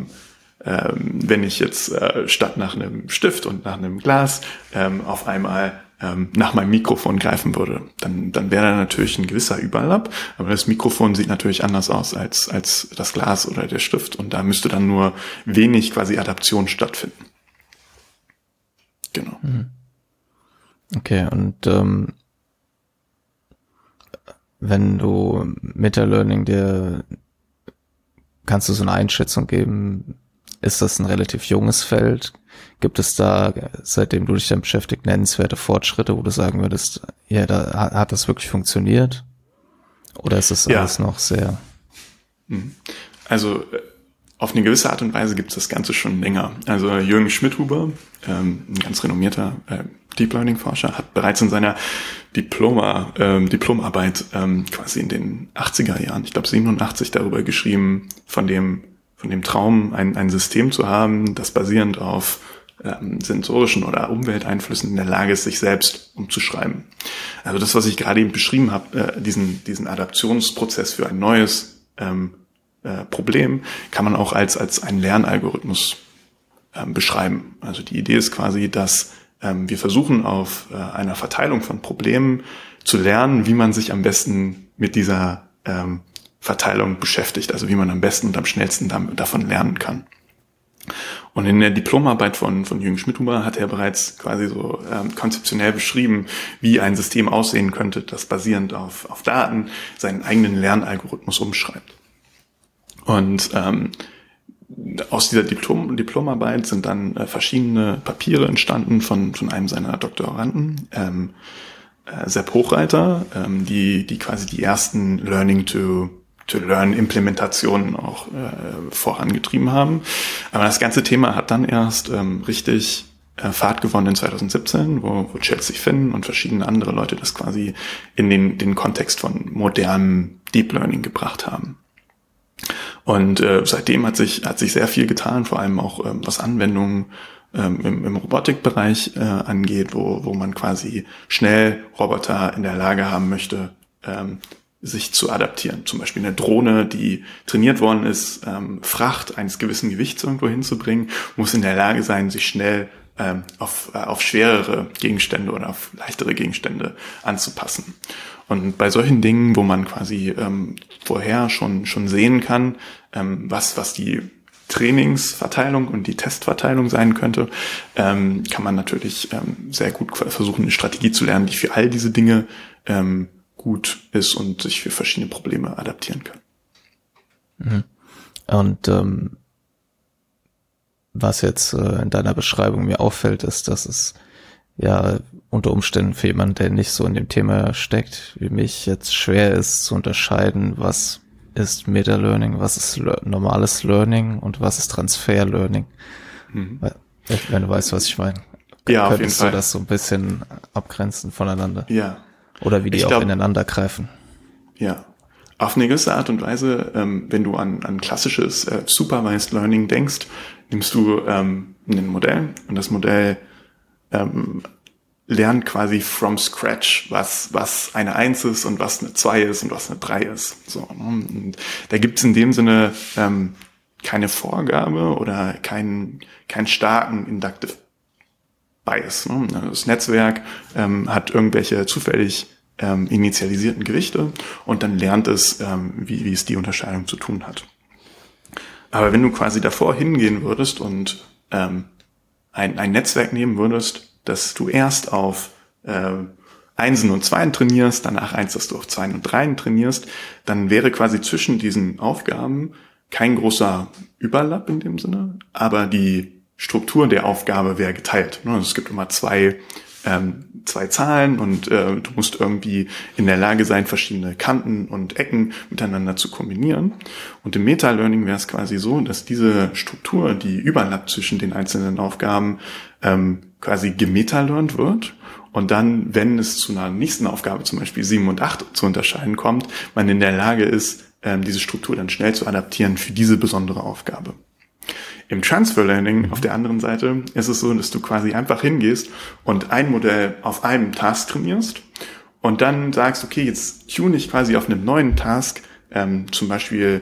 wenn ich jetzt statt nach einem Stift und nach einem Glas auf einmal nach meinem Mikrofon greifen würde, dann wäre da natürlich ein gewisser Überlapp, aber das Mikrofon sieht natürlich anders aus als das Glas oder der Stift, und da müsste dann nur wenig quasi Adaption stattfinden. Genau. Okay, und wenn du Meta-Learning kannst du so eine Einschätzung geben, ist das ein relativ junges Feld? Gibt es da, seitdem du dich damit beschäftigt, nennenswerte Fortschritte, wo du sagen würdest, ja, da hat das wirklich funktioniert? Oder ist das alles noch sehr... Also auf eine gewisse Art und Weise gibt es das Ganze schon länger. Also Jürgen Schmidhuber, ein ganz renommierter Deep Learning Forscher, hat bereits in seiner Diplomarbeit quasi in den 80er Jahren, ich glaube 87, darüber geschrieben, von dem Traum, ein System zu haben, das basierend auf sensorischen oder Umwelteinflüssen in der Lage ist, sich selbst umzuschreiben. Also das, was ich gerade eben beschrieben habe, diesen Adaptionsprozess für ein neues Problem, kann man auch als einen Lernalgorithmus beschreiben. Also die Idee ist quasi, dass wir versuchen, auf einer Verteilung von Problemen zu lernen, wie man sich am besten mit dieser Verteilung beschäftigt, also wie man am besten und am schnellsten davon lernen kann. Und in der Diplomarbeit von Jürgen Schmidhuber hat er bereits quasi so konzeptionell beschrieben, wie ein System aussehen könnte, das basierend auf Daten seinen eigenen Lernalgorithmus umschreibt. Und aus dieser Diplomarbeit sind dann verschiedene Papiere entstanden von einem seiner Doktoranden, Sepp Hochreiter, die quasi die ersten Learning-to-Learn-Implementationen auch vorangetrieben haben. Aber das ganze Thema hat dann erst richtig Fahrt gewonnen in 2017, wo Chelsea Finn und verschiedene andere Leute das quasi in den Kontext von modernem Deep Learning gebracht haben. Und seitdem hat sich sehr viel getan, vor allem auch was Anwendungen im Robotikbereich angeht, wo man quasi schnell Roboter in der Lage haben möchte, sich zu adaptieren. Zum Beispiel eine Drohne, die trainiert worden ist, Fracht eines gewissen Gewichts irgendwo hinzubringen, muss in der Lage sein, sich schnell auf schwerere Gegenstände oder auf leichtere Gegenstände anzupassen. Und bei solchen Dingen, wo man quasi vorher schon sehen kann, was die Trainingsverteilung und die Testverteilung sein könnte, kann man natürlich sehr gut versuchen, eine Strategie zu lernen, die für all diese Dinge gut ist und sich für verschiedene Probleme adaptieren kann. Mhm. Und was jetzt in deiner Beschreibung mir auffällt, ist, dass es ja unter Umständen für jemanden, der nicht so in dem Thema steckt, wie mich, jetzt schwer ist zu unterscheiden, was ist Meta-Learning, was ist normales Learning und was ist Transfer-Learning. Wenn du weißt, was ich meine. Ja, auf jeden Fall. Könntest du das so ein bisschen abgrenzen voneinander? Ja. Oder wie die auch ineinander greifen? Ja. Auf eine gewisse Art und Weise, wenn du an klassisches Supervised Learning denkst, nimmst du ein Modell und das Modell lernt quasi from scratch, was eine 1 ist und was eine 2 ist und was eine 3 ist. So, und da gibt's in dem Sinne keine Vorgabe oder keinen starken Inductive Bias. Ne? Das Netzwerk hat irgendwelche zufällig initialisierten Gerichte und dann lernt es, wie es die Unterscheidung zu tun hat. Aber wenn du quasi davor hingehen würdest und ein Netzwerk nehmen würdest, dass du erst auf Einsen und Zweien trainierst, danach dass du auf Zweien und Dreien trainierst, dann wäre quasi zwischen diesen Aufgaben kein großer Überlapp in dem Sinne, aber die Struktur der Aufgabe wäre geteilt. Also es gibt immer zwei Zahlen und du musst irgendwie in der Lage sein, verschiedene Kanten und Ecken miteinander zu kombinieren. Und im Meta-Learning wäre es quasi so, dass diese Struktur, die überlappt zwischen den einzelnen Aufgaben, quasi gemeta-learnt wird. Und dann, wenn es zu einer nächsten Aufgabe, zum Beispiel 7 und 8 zu unterscheiden kommt, man in der Lage ist, diese Struktur dann schnell zu adaptieren für diese besondere Aufgabe. Im Transfer Learning auf der anderen Seite ist es so, dass du quasi einfach hingehst und ein Modell auf einem Task trainierst und dann sagst, okay, jetzt tune ich quasi auf einem neuen Task, zum Beispiel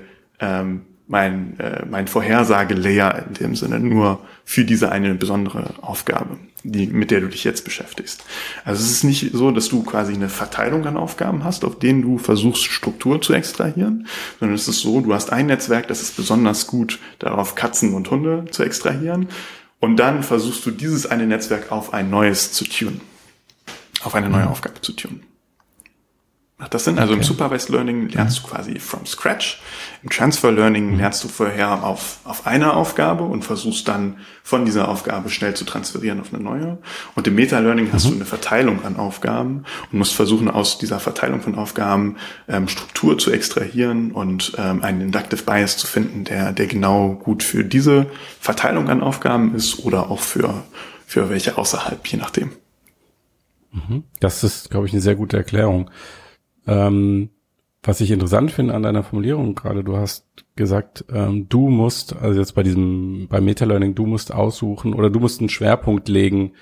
mein Vorhersage-Layer in dem Sinne nur für diese eine besondere Aufgabe, mit der du dich jetzt beschäftigst. Also es ist nicht so, dass du quasi eine Verteilung an Aufgaben hast, auf denen du versuchst, Struktur zu extrahieren, sondern es ist so, du hast ein Netzwerk, das ist besonders gut darauf, Katzen und Hunde zu extrahieren und dann versuchst du dieses eine Netzwerk auf ein neues zu tunen, auf eine neue Aufgabe zu tunen. Macht das Sinn? Also im Supervised Learning lernst du quasi from scratch. Im Transfer Learning lernst du vorher auf eine Aufgabe und versuchst dann von dieser Aufgabe schnell zu transferieren auf eine neue. Und im Meta-Learning hast du eine Verteilung an Aufgaben und musst versuchen, aus dieser Verteilung von Aufgaben Struktur zu extrahieren und einen Inductive Bias zu finden, der genau gut für diese Verteilung an Aufgaben ist oder auch für welche außerhalb, je nachdem. Das ist, glaube ich, eine sehr gute Erklärung. Was ich interessant finde an deiner Formulierung gerade, du hast gesagt, du musst, also jetzt bei Meta-Learning, du musst aussuchen oder du musst einen Schwerpunkt legen,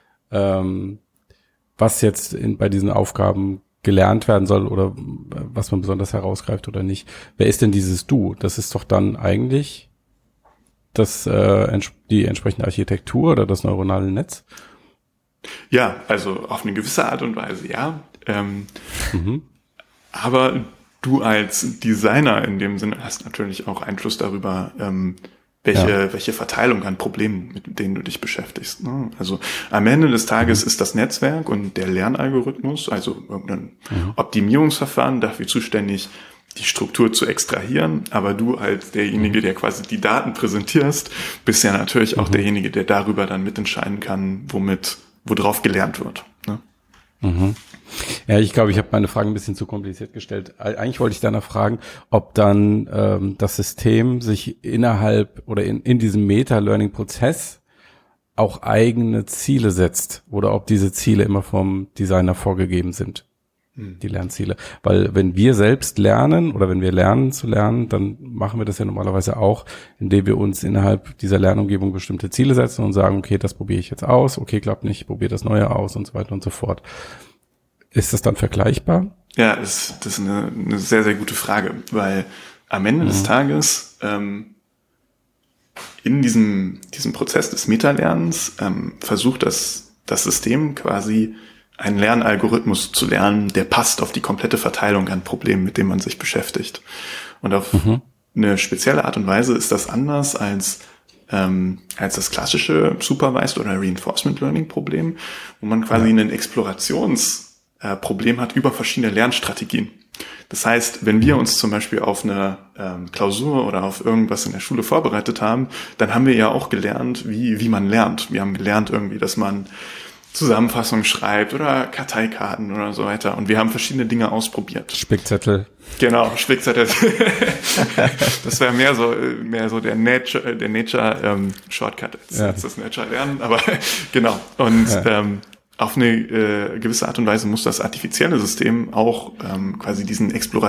was jetzt bei diesen Aufgaben gelernt werden soll oder was man besonders herausgreift oder nicht. Wer ist denn dieses Du? Das ist doch dann eigentlich die entsprechende Architektur oder das neuronale Netz? Ja, also auf eine gewisse Art und Weise, ja. Aber du als Designer in dem Sinne hast natürlich auch Einfluss darüber, welche Verteilung an Problemen, mit denen du dich beschäftigst. Ne? Also am Ende des Tages ist das Netzwerk und der Lernalgorithmus, also irgendein Optimierungsverfahren, dafür zuständig, die Struktur zu extrahieren. Aber du als derjenige, der quasi die Daten präsentierst, bist ja natürlich auch derjenige, der darüber dann mitentscheiden kann, worauf gelernt wird. Ne? Ja, ich glaube, ich habe meine Frage ein bisschen zu kompliziert gestellt. Eigentlich wollte ich danach fragen, ob dann das System sich innerhalb oder in diesem Meta-Learning-Prozess auch eigene Ziele setzt oder ob diese Ziele immer vom Designer vorgegeben sind, die Lernziele. Weil wenn wir selbst lernen oder wenn wir lernen zu lernen, dann machen wir das ja normalerweise auch, indem wir uns innerhalb dieser Lernumgebung bestimmte Ziele setzen und sagen, okay, das probiere ich jetzt aus, okay, klappt nicht, ich probiere das Neue aus und so weiter und so fort. Ist das dann vergleichbar? Ja, das ist eine sehr, sehr gute Frage, weil am Ende des Tages in diesem Prozess des Metalernens versucht das System quasi einen Lernalgorithmus zu lernen, der passt auf die komplette Verteilung an Problemen, mit denen man sich beschäftigt. Und auf eine spezielle Art und Weise ist das anders als das klassische Supervised oder Reinforcement Learning Problem, wo man quasi ein Explorationsproblem hat über verschiedene Lernstrategien. Das heißt, wenn wir uns zum Beispiel auf eine Klausur oder auf irgendwas in der Schule vorbereitet haben, dann haben wir ja auch gelernt, wie man lernt. Wir haben gelernt irgendwie, dass man Zusammenfassungen schreibt oder Karteikarten oder so weiter. Und wir haben verschiedene Dinge ausprobiert. Spickzettel. Genau, Spickzettel. Das wäre mehr so der Nature Shortcut als das Nature Lernen. Aber genau. Und auf eine gewisse Art und Weise muss das artifizielle System auch quasi dieses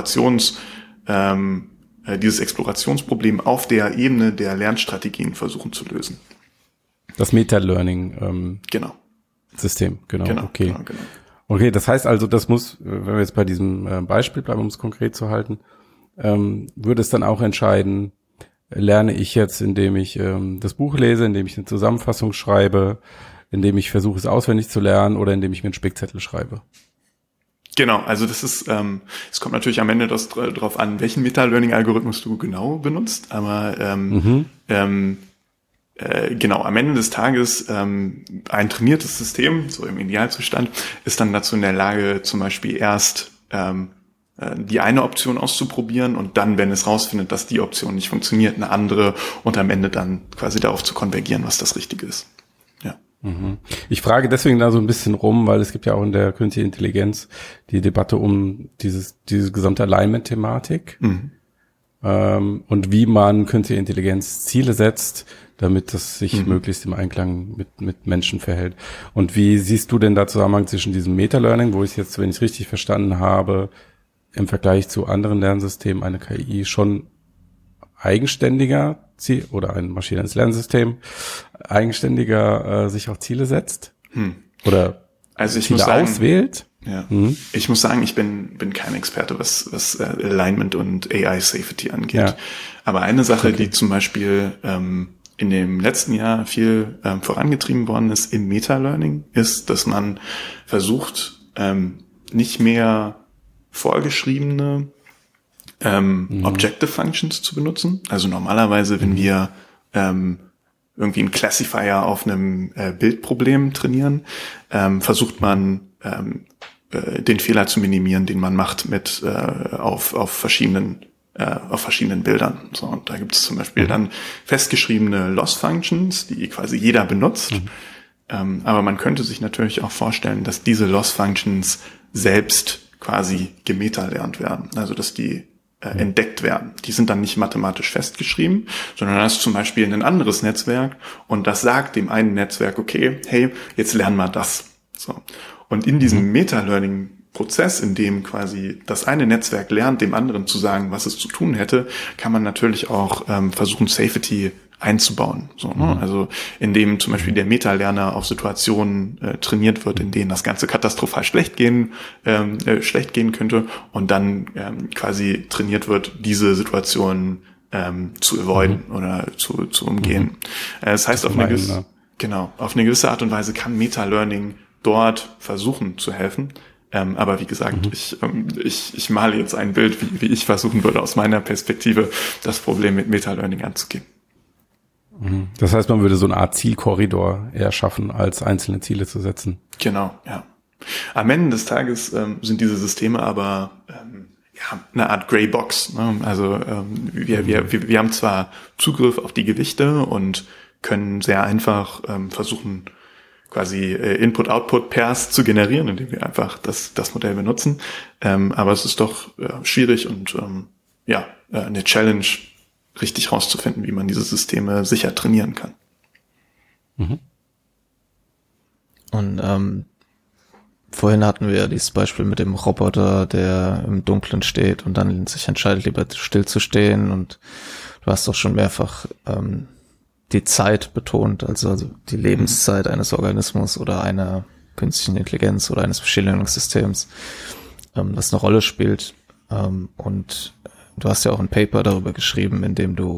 Explorationsproblem auf der Ebene der Lernstrategien versuchen zu lösen. Das Meta-Learning. Genau. System, genau. Okay, das heißt also, das muss, wenn wir jetzt bei diesem Beispiel bleiben, um es konkret zu halten, würde es dann auch entscheiden, lerne ich jetzt, indem ich das Buch lese, indem ich eine Zusammenfassung schreibe, indem ich versuche, es auswendig zu lernen oder indem ich mir einen Spickzettel schreibe? Genau, also das ist, es kommt natürlich am Ende darauf an, welchen Meta-Learning-Algorithmus du genau benutzt, aber genau, am Ende des Tages ein trainiertes System, so im Idealzustand, ist dann dazu in der Lage, zum Beispiel erst die eine Option auszuprobieren und dann, wenn es rausfindet, dass die Option nicht funktioniert, eine andere und am Ende dann quasi darauf zu konvergieren, was das Richtige ist. Ja. Ich frage deswegen da so ein bisschen rum, weil es gibt ja auch in der künstlichen Intelligenz die Debatte um diese gesamte Alignment-Thematik und wie man künstliche Intelligenz Ziele setzt, damit das sich möglichst im Einklang mit Menschen verhält. Und wie siehst du denn da Zusammenhang zwischen diesem Meta-Learning, wo ich jetzt, wenn ich es richtig verstanden habe, im Vergleich zu anderen Lernsystemen eine KI schon eigenständiger oder ein maschinelles Lernsystem eigenständiger sich auch Ziele setzt? Oder also ich Ziele muss sagen, auswählt? Ja. Ich muss sagen, ich bin kein Experte, was Alignment und AI Safety angeht. Ja. Aber eine Sache, die zum Beispiel in dem letzten Jahr viel vorangetrieben worden ist im Meta-Learning, ist, dass man versucht, nicht mehr vorgeschriebene Objective Functions zu benutzen. Also normalerweise, wenn wir irgendwie einen Classifier auf einem Bildproblem trainieren, versucht man den Fehler zu minimieren, den man macht mit auf verschiedenen Bildern. So, und da gibt es zum Beispiel dann festgeschriebene Loss-Functions, die quasi jeder benutzt. Aber man könnte sich natürlich auch vorstellen, dass diese Loss-Functions selbst quasi gemeta-lernt werden. Also dass die entdeckt werden. Die sind dann nicht mathematisch festgeschrieben, sondern das ist zum Beispiel ein anderes Netzwerk und das sagt dem einen Netzwerk, okay, hey, jetzt lernen wir das. So. Und in diesem Meta-Learning-Prozess, in dem quasi das eine Netzwerk lernt, dem anderen zu sagen, was es zu tun hätte, kann man natürlich auch versuchen, Safety einzubauen. So, ne? Also indem zum Beispiel der Meta-Lerner auf Situationen trainiert wird, in denen das Ganze katastrophal schlecht gehen könnte und dann quasi trainiert wird, diese Situationen zu avoiden oder zu umgehen. Das heißt, auf eine gewisse Art und Weise kann Meta-Learning dort versuchen zu helfen. Aber wie gesagt, ich male jetzt ein Bild, wie ich versuchen würde, aus meiner Perspektive das Problem mit Meta-Learning anzugehen. Das heißt, man würde so eine Art Zielkorridor eher schaffen, als einzelne Ziele zu setzen. Genau, ja. Am Ende des Tages sind diese Systeme aber eine Art Grey Box. Ne? Also wir haben zwar Zugriff auf die Gewichte und können sehr einfach versuchen, quasi Input-Output-Pairs zu generieren, indem wir einfach das Modell benutzen. Aber es ist doch schwierig und eine Challenge, richtig rauszufinden, wie man diese Systeme sicher trainieren kann. Und vorhin hatten wir dieses Beispiel mit dem Roboter, der im Dunkeln steht und dann sich entscheidet, lieber still zu stehen. Und du hast doch schon mehrfach die Zeit betont, also die Lebenszeit eines Organismus oder einer künstlichen Intelligenz oder eines Machine Learning Systems, das eine Rolle spielt. Und du hast ja auch ein Paper darüber geschrieben, in dem du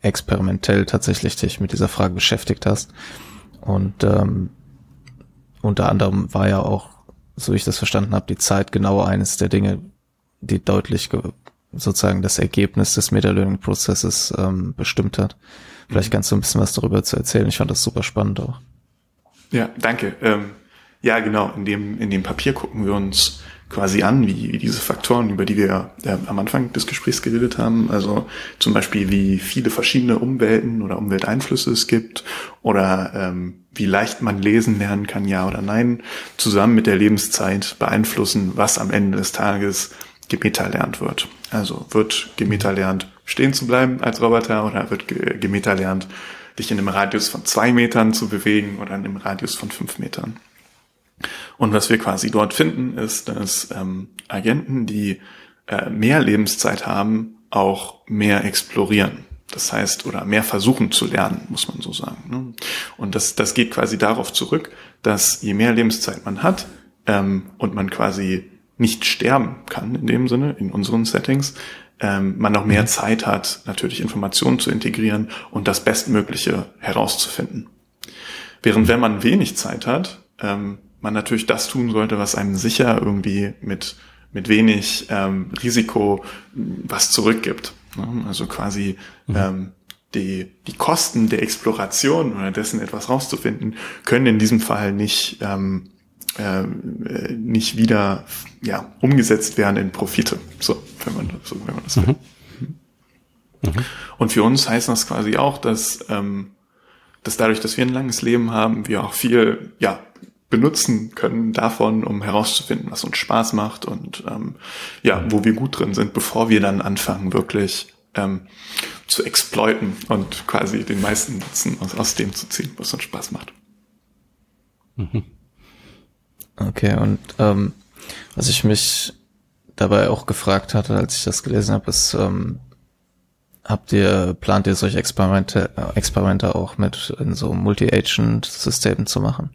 experimentell tatsächlich dich mit dieser Frage beschäftigt hast. Und unter anderem war ja auch, so wie ich das verstanden habe, die Zeit genau eines der Dinge, die deutlich sozusagen das Ergebnis des Meta-Learning-Prozesses bestimmt hat. Vielleicht kannst du ein bisschen was darüber zu erzählen. Ich fand das super spannend auch. Ja, danke. Ja, genau. In dem Papier gucken wir uns quasi an, wie diese Faktoren, über die wir am Anfang des Gesprächs geredet haben, also zum Beispiel, wie viele verschiedene Umwelten oder Umwelteinflüsse es gibt oder wie leicht man lesen lernen kann, ja oder nein, zusammen mit der Lebenszeit beeinflussen, was am Ende des Tages gemeta-lernt wird. Also wird gemeta-lernt, stehen zu bleiben als Roboter oder wird gemeta-lernt, dich in einem Radius von 2 Metern zu bewegen oder in einem Radius von 5 Metern. Und was wir quasi dort finden, ist, dass Agenten, die mehr Lebenszeit haben, auch mehr explorieren. Das heißt, oder mehr versuchen zu lernen, muss man so sagen. Ne? Und das geht quasi darauf zurück, dass je mehr Lebenszeit man hat und man quasi nicht sterben kann in dem Sinne, in unseren Settings, man noch mehr Zeit hat, natürlich Informationen zu integrieren und das Bestmögliche herauszufinden. Während wenn man wenig Zeit hat, man natürlich das tun sollte, was einem sicher irgendwie mit wenig Risiko was zurückgibt. Ne? Also quasi die Kosten der Exploration oder dessen etwas rauszufinden, können in diesem Fall nicht wieder umgesetzt werden in Profite. So, wenn man das will. Und für uns heißt das quasi auch, dass dadurch, dass wir ein langes Leben haben, wir auch viel benutzen können davon, um herauszufinden, was uns Spaß macht und wo wir gut drin sind, bevor wir dann anfangen, wirklich zu exploiten und quasi den meisten Nutzen aus dem zu ziehen, was uns Spaß macht. Okay, und was ich mich dabei auch gefragt hatte, als ich das gelesen habe, ist, plant ihr solche Experimente auch mit in so Multi-Agent-Systemen zu machen?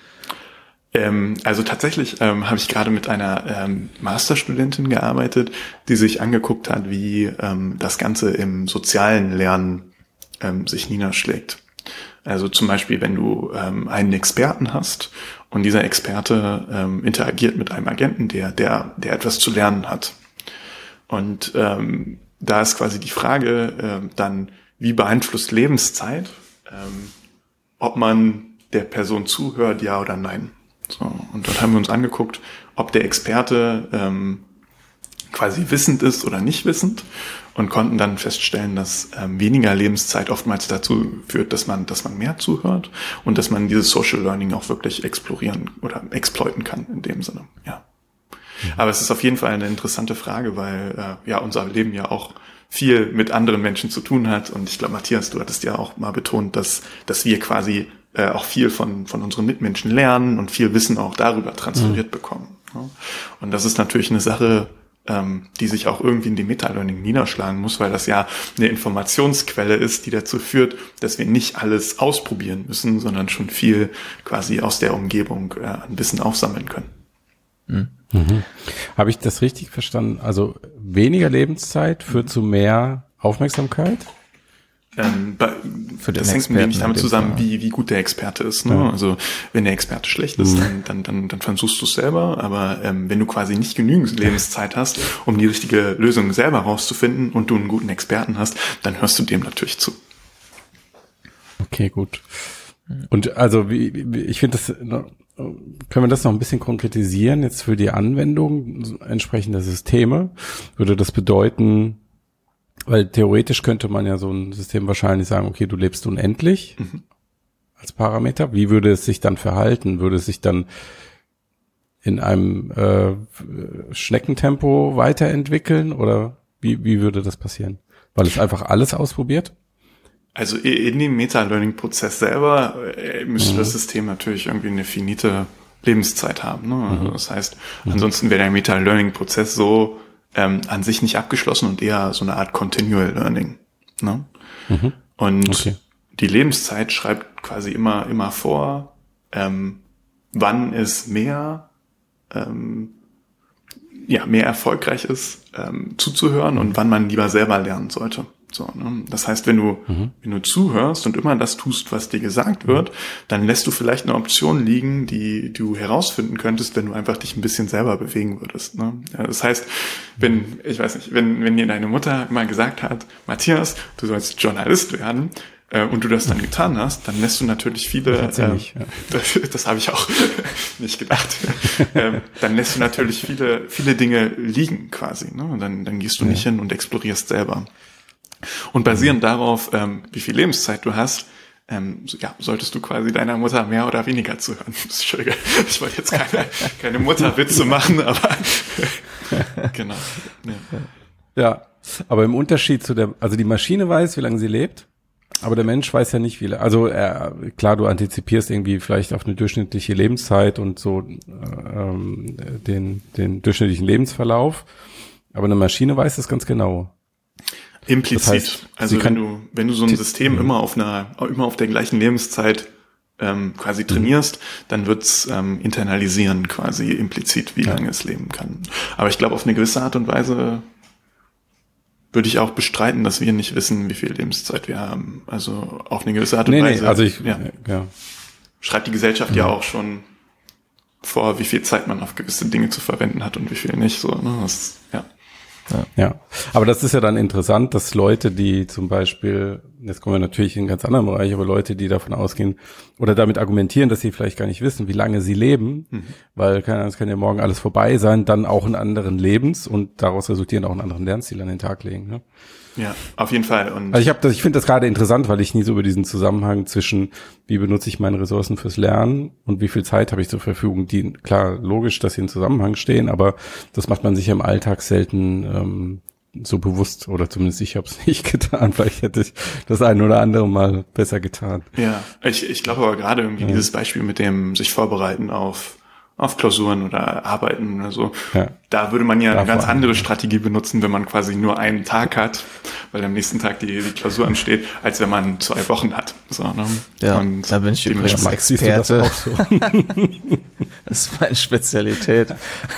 Also tatsächlich habe ich gerade mit einer Masterstudentin gearbeitet, die sich angeguckt hat, wie das Ganze im sozialen Lernen sich niederschlägt. Also zum Beispiel, wenn du einen Experten hast und dieser Experte interagiert mit einem Agenten, der etwas zu lernen hat. Und da ist quasi die Frage dann, wie beeinflusst Lebenszeit, ob man der Person zuhört, ja oder nein. So, und dort haben wir uns angeguckt, ob der Experte quasi wissend ist oder nicht wissend und konnten dann feststellen, dass weniger Lebenszeit oftmals dazu führt, dass man mehr zuhört und dass man dieses Social Learning auch wirklich explorieren oder exploiten kann in dem Sinne. Ja. Aber es ist auf jeden Fall eine interessante Frage, weil unser Leben ja auch viel mit anderen Menschen zu tun hat. Und ich glaube, Matthias, du hattest ja auch mal betont, dass wir quasi auch viel von unseren Mitmenschen lernen und viel Wissen auch darüber transferiert bekommen. Ja. Und das ist natürlich eine Sache, die sich auch irgendwie in dem Meta-Learning niederschlagen muss, weil das ja eine Informationsquelle ist, die dazu führt, dass wir nicht alles ausprobieren müssen, sondern schon viel quasi aus der Umgebung an Wissen aufsammeln können. Habe ich das richtig verstanden? Also weniger Lebenszeit führt zu mehr Aufmerksamkeit? Das hängt nämlich damit zusammen, wie gut der Experte ist. Ne? Ja. Also wenn der Experte schlecht ist, dann versuchst du es selber. Aber wenn du quasi nicht genügend Lebenszeit hast, um die richtige Lösung selber rauszufinden und du einen guten Experten hast, dann hörst du dem natürlich zu. Okay, gut. Und also ich finde das, können wir das noch ein bisschen konkretisieren jetzt für die Anwendung entsprechender Systeme? Würde das bedeuten, weil theoretisch könnte man ja so ein System wahrscheinlich sagen, okay, du lebst unendlich als Parameter. Wie würde es sich dann verhalten? Würde es sich dann in einem Schneckentempo weiterentwickeln oder wie würde das passieren? Weil es einfach alles ausprobiert? Also in dem Meta-Learning-Prozess selber müsste das System natürlich irgendwie eine finite Lebenszeit haben. Ne? Also das heißt, ansonsten wäre der Meta-Learning-Prozess so an sich nicht abgeschlossen und eher so eine Art Continual Learning. Ne? Und die Lebenszeit schreibt quasi immer vor, wann es mehr erfolgreich ist, zuzuhören und wann man lieber selber lernen sollte. So, ne? Das heißt, wenn du zuhörst und immer das tust, was dir gesagt wird, dann lässt du vielleicht eine Option liegen, die du herausfinden könntest, wenn du einfach dich ein bisschen selber bewegen würdest. Ne? Ja, das heißt, wenn dir deine Mutter immer gesagt hat, Matthias, du sollst Journalist werden, und du das dann getan hast, dann lässt du natürlich viele, das habe ich auch nicht gedacht, dann lässt du natürlich viele Dinge liegen quasi, ne? Und dann gehst du nicht hin und explorierst selber. Und basierend darauf, wie viel Lebenszeit du hast, solltest du quasi deiner Mutter mehr oder weniger zuhören. Entschuldige, ich wollte jetzt keine Mutterwitze machen, aber genau. Ja, aber im Unterschied also die Maschine weiß, wie lange sie lebt, aber der Mensch weiß ja nicht, wie lange. Also klar, du antizipierst irgendwie vielleicht auf eine durchschnittliche Lebenszeit und so den durchschnittlichen Lebensverlauf, aber eine Maschine weiß das ganz genau. Implizit. Das heißt, also wenn du so ein System immer auf der gleichen Lebenszeit quasi trainierst, dann wird's internalisieren quasi implizit, wie lange es leben kann. Aber ich glaube, auf eine gewisse Art und Weise würde ich auch bestreiten, dass wir nicht wissen, wie viel Lebenszeit wir haben. Also auf eine gewisse Art und Weise. Also schreibt die Gesellschaft ja auch schon vor, wie viel Zeit man auf gewisse Dinge zu verwenden hat und wie viel nicht. So, ne? Ja, aber das ist ja dann interessant, dass Leute, die zum Beispiel, jetzt kommen wir natürlich in einen ganz anderen Bereich, aber Leute, die davon ausgehen oder damit argumentieren, dass sie vielleicht gar nicht wissen, wie lange sie leben, weil es kann ja morgen alles vorbei sein, dann auch einen anderen Lebens und daraus resultieren auch einen anderen Lernstil an den Tag legen. Ne? Ja, auf jeden Fall. Und also ich finde das gerade interessant, weil ich nie so über diesen Zusammenhang zwischen, wie benutze ich meine Ressourcen fürs Lernen und wie viel Zeit habe ich zur Verfügung, die, klar, logisch, dass sie in Zusammenhang stehen, aber das macht man sich im Alltag selten so bewusst, oder zumindest ich habe es nicht getan. Vielleicht hätte ich das ein oder andere Mal besser getan. Ja, ich glaube aber gerade irgendwie dieses Beispiel mit dem sich vorbereiten auf Klausuren oder Arbeiten oder so. Ja. Da würde man ja eine ganz andere Strategie benutzen, wenn man quasi nur einen Tag hat, weil am nächsten Tag die Klausur ansteht, als wenn man 2 Wochen hat. So, ne? Ja, und da bin ich übrigens Experte. Das, so? Das ist meine Spezialität.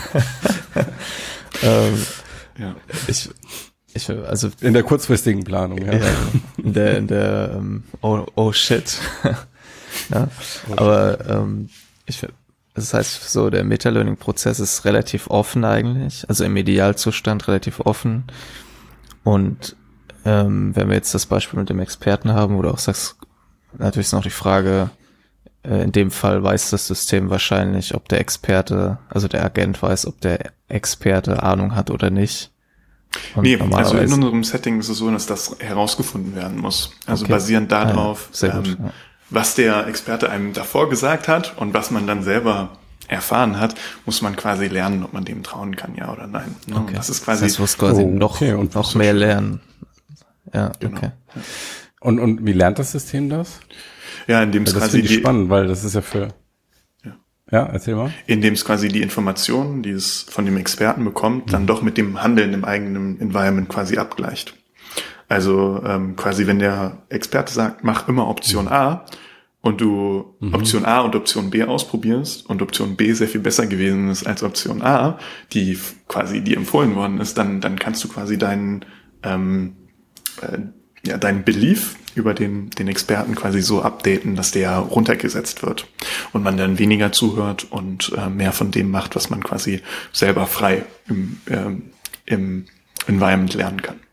Also in der kurzfristigen Planung, ja. In der oh shit. Ja, aber das heißt, so der Meta-Learning-Prozess ist relativ offen eigentlich, also im Idealzustand relativ offen. Und wenn wir jetzt das Beispiel mit dem Experten haben, wo du auch sagst, natürlich ist noch die Frage, in dem Fall weiß das System wahrscheinlich, ob der Experte, also der Agent weiß, ob der Experte Ahnung hat oder nicht. Und nee, also in unserem Setting ist es so, dass das herausgefunden werden muss. Also basierend darauf, was der Experte einem davor gesagt hat und was man dann selber erfahren hat, muss man quasi lernen, ob man dem trauen kann, ja oder nein. Okay. Das ist quasi, das muss quasi noch mehr lernen. Ja, genau. Okay. Und wie lernt das System das? Ja, indem es quasi finde ich spannend, weil das ist ja Ja, erzähl mal. Indem es quasi die Informationen, die es von dem Experten bekommt, dann doch mit dem Handeln im eigenen Environment quasi abgleicht. Also quasi, wenn der Experte sagt, mach immer Option A und du Option A und Option B ausprobierst und Option B sehr viel besser gewesen ist als Option A, die quasi dir empfohlen worden ist, dann kannst du quasi deinen Belief über den Experten quasi so updaten, dass der runtergesetzt wird und man dann weniger zuhört und mehr von dem macht, was man quasi selber frei im Environment lernen kann.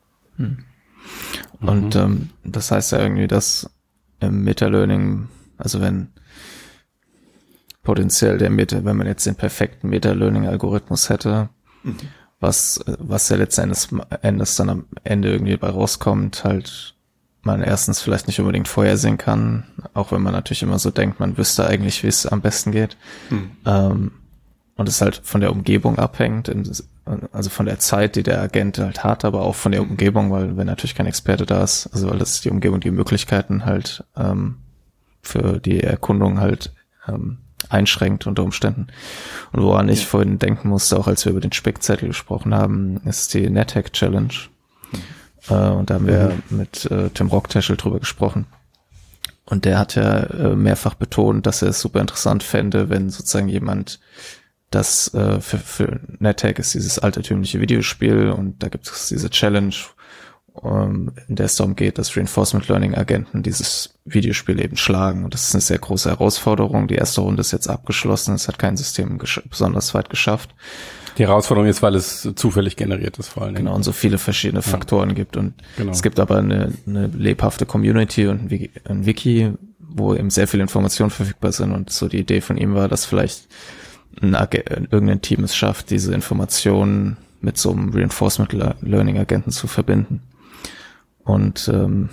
Und das heißt ja irgendwie, dass im Meta-Learning, also wenn potenziell wenn man jetzt den perfekten Meta-Learning-Algorithmus hätte, was ja letzten Endes dann am Ende irgendwie bei rauskommt, halt man erstens vielleicht nicht unbedingt vorhersehen kann, auch wenn man natürlich immer so denkt, man wüsste eigentlich, wie es am besten geht. Und es halt von der Umgebung abhängt, also von der Zeit, die der Agent halt hat, aber auch von der Umgebung, weil wenn natürlich kein Experte da ist, also weil das die Umgebung die Möglichkeiten halt für die Erkundung halt einschränkt unter Umständen. Und woran ich vorhin denken musste, auch als wir über den Spickzettel gesprochen haben, ist die NetHack Challenge. Und da haben wir mit Tim Rockteschel drüber gesprochen. Und der hat ja mehrfach betont, dass er es super interessant fände, wenn sozusagen jemand das für NetHack ist dieses altertümliche Videospiel und da gibt es diese Challenge in der es darum geht, dass Reinforcement Learning Agenten dieses Videospiel eben schlagen. Und das ist eine sehr große Herausforderung. Die erste Runde ist jetzt abgeschlossen. Es hat kein System besonders weit geschafft. Die Herausforderung ist, weil es zufällig generiert ist vor allen Dingen. Genau, und so viele verschiedene Faktoren gibt. Und es gibt aber eine lebhafte Community und ein Wiki, wo eben sehr viele Informationen verfügbar sind. Und so die Idee von ihm war, dass vielleicht irgendein Team es schafft, diese Informationen mit so einem Reinforcement Learning Agenten zu verbinden. Und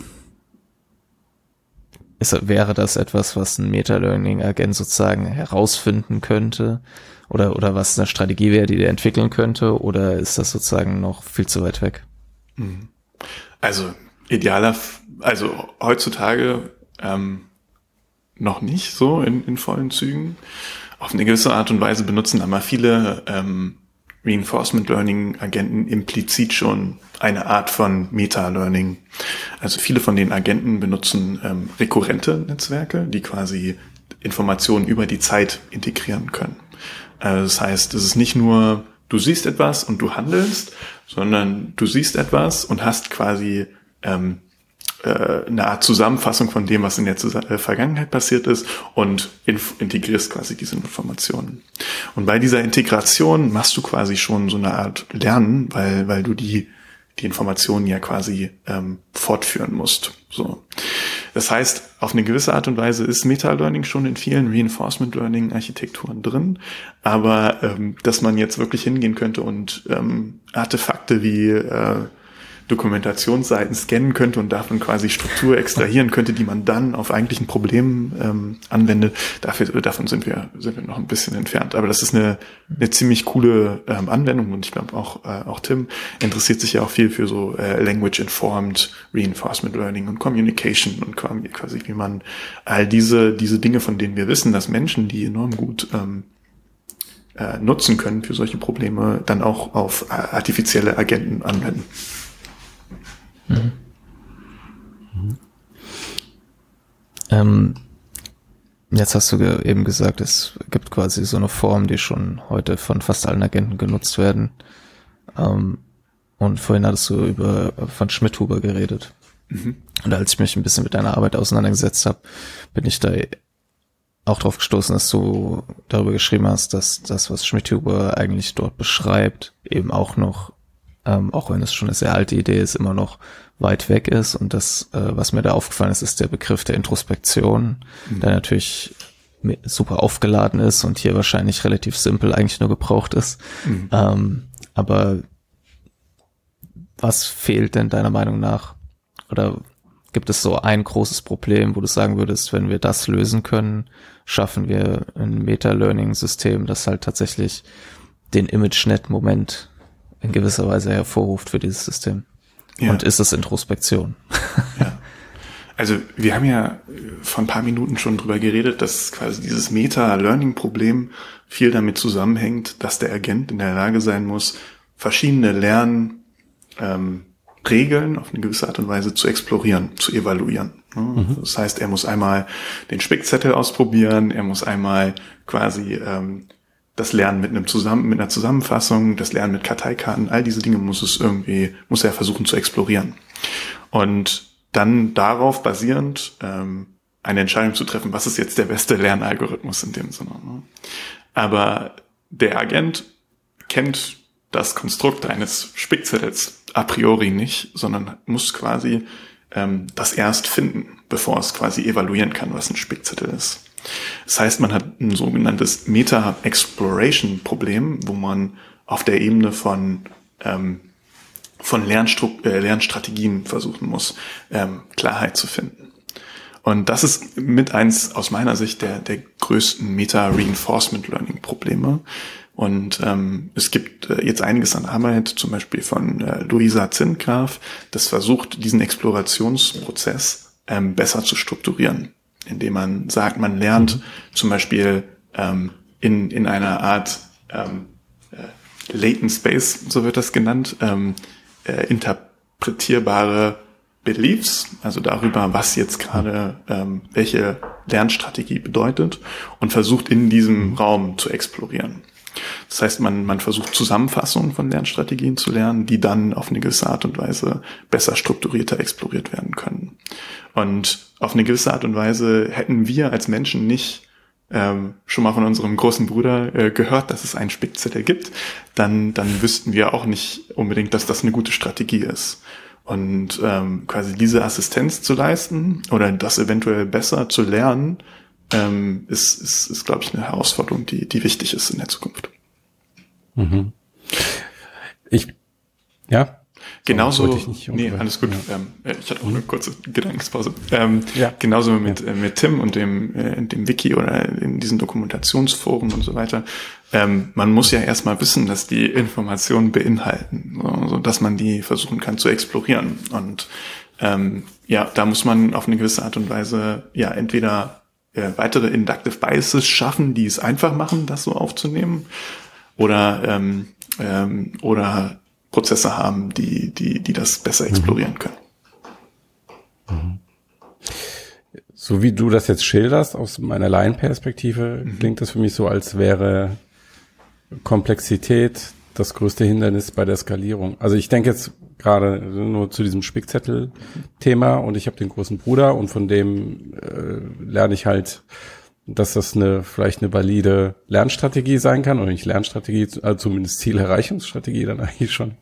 wäre das etwas, was ein Meta-Learning-Agent sozusagen herausfinden könnte oder was eine Strategie wäre, die der entwickeln könnte, oder ist das sozusagen noch viel zu weit weg? Also also heutzutage noch nicht so in vollen Zügen. Auf eine gewisse Art und Weise benutzen aber viele Reinforcement Learning Agenten implizit schon eine Art von Meta-Learning. Also viele von den Agenten benutzen rekurrente Netzwerke, die quasi Informationen über die Zeit integrieren können. Das heißt, es ist nicht nur, du siehst etwas und du handelst, sondern du siehst etwas und hast quasi eine Art Zusammenfassung von dem, was in der Vergangenheit passiert ist, und integrierst quasi diese Informationen. Und bei dieser Integration machst du quasi schon so eine Art Lernen, weil du die Informationen ja quasi fortführen musst. So. Das heißt, auf eine gewisse Art und Weise ist Meta-Learning schon in vielen Reinforcement-Learning-Architekturen drin, aber dass man jetzt wirklich hingehen könnte und Artefakte wie Dokumentationsseiten scannen könnte und davon quasi Struktur extrahieren könnte, die man dann auf eigentlichen Problemen anwendet. Davon sind wir noch ein bisschen entfernt. Aber das ist eine ziemlich coole Anwendung, und ich glaube auch Tim interessiert sich ja auch viel für so Language-Informed Reinforcement Learning und Communication und quasi wie man all diese Dinge, von denen wir wissen, dass Menschen die enorm gut nutzen können für solche Probleme, dann auch auf artifizielle Agenten anwenden. Jetzt hast du eben gesagt, es gibt quasi so eine Form, die schon heute von fast allen Agenten genutzt werden. Und vorhin hattest du von Schmidhuber geredet. Und als ich mich ein bisschen mit deiner Arbeit auseinandergesetzt habe, bin ich da auch drauf gestoßen, dass du darüber geschrieben hast, dass das, was Schmidhuber eigentlich dort beschreibt, eben auch noch, auch wenn es schon eine sehr alte Idee ist, immer noch weit weg ist. Und das, was mir da aufgefallen ist der Begriff der Introspektion, der natürlich super aufgeladen ist und hier wahrscheinlich relativ simpel eigentlich nur gebraucht ist. Aber was fehlt denn deiner Meinung nach? Oder gibt es so ein großes Problem, wo du sagen würdest, wenn wir das lösen können, schaffen wir ein Meta-Learning-System, das halt tatsächlich den ImageNet-Moment in gewisser Weise hervorruft für dieses System? Ja. Und ist es Introspektion? Ja. Also wir haben ja vor ein paar Minuten schon drüber geredet, dass quasi dieses Meta-Learning-Problem viel damit zusammenhängt, dass der Agent in der Lage sein muss, verschiedene Lernregeln auf eine gewisse Art und Weise zu explorieren, zu evaluieren. Das heißt, er muss einmal den Spickzettel ausprobieren, er muss einmal quasi das Lernen mit einer Zusammenfassung, das Lernen mit Karteikarten, all diese Dinge muss er versuchen zu explorieren. Und dann darauf basierend eine Entscheidung zu treffen, was ist jetzt der beste Lernalgorithmus in dem Sinne. Aber der Agent kennt das Konstrukt eines Spickzettels a priori nicht, sondern muss quasi das erst finden, bevor es quasi evaluieren kann, was ein Spickzettel ist. Das heißt, man hat ein sogenanntes Meta-Exploration-Problem, wo man auf der Ebene von Lernstrategien versuchen muss, Klarheit zu finden. Und das ist mit eins aus meiner Sicht der größten Meta-Reinforcement-Learning-Probleme. Und es gibt jetzt einiges an Arbeit, zum Beispiel von Luisa Zindgraf, das versucht, diesen Explorationsprozess besser zu strukturieren, indem man sagt, man lernt zum Beispiel in einer Art Latent Space, so wird das genannt, interpretierbare Beliefs, also darüber, was jetzt gerade welche Lernstrategie bedeutet, und versucht in diesem Raum zu explorieren. Das heißt, man versucht Zusammenfassungen von Lernstrategien zu lernen, die dann auf eine gewisse Art und Weise besser strukturierter exploriert werden können. Und auf eine gewisse Art und Weise hätten wir als Menschen nicht schon mal von unserem großen Bruder gehört, dass es einen Spickzettel gibt, dann wüssten wir auch nicht unbedingt, dass das eine gute Strategie ist. Und quasi diese Assistenz zu leisten oder das eventuell besser zu lernen, ist glaube ich, eine Herausforderung, die wichtig ist in der Zukunft. Mhm. Genauso, alles gut. Ja. Ich hatte auch eine kurze Gedankenspause. Genauso mit Tim und dem Wiki oder in diesen Dokumentationsforen und so weiter. Man muss ja erstmal wissen, dass die Informationen beinhalten, so dass man die versuchen kann zu explorieren. Und da muss man auf eine gewisse Art und Weise entweder weitere Inductive Biases schaffen, die es einfach machen, das so aufzunehmen, oder Prozesse haben, die das besser explorieren können. So wie du das jetzt schilderst, aus meiner Laienperspektive, klingt das für mich so, als wäre Komplexität das größte Hindernis bei der Skalierung. Also ich denke jetzt gerade nur zu diesem Spickzettel-Thema und ich habe den großen Bruder und von dem lerne ich halt, dass das vielleicht eine valide Lernstrategie sein kann, oder nicht Lernstrategie, also zumindest Zielerreichungsstrategie dann eigentlich schon.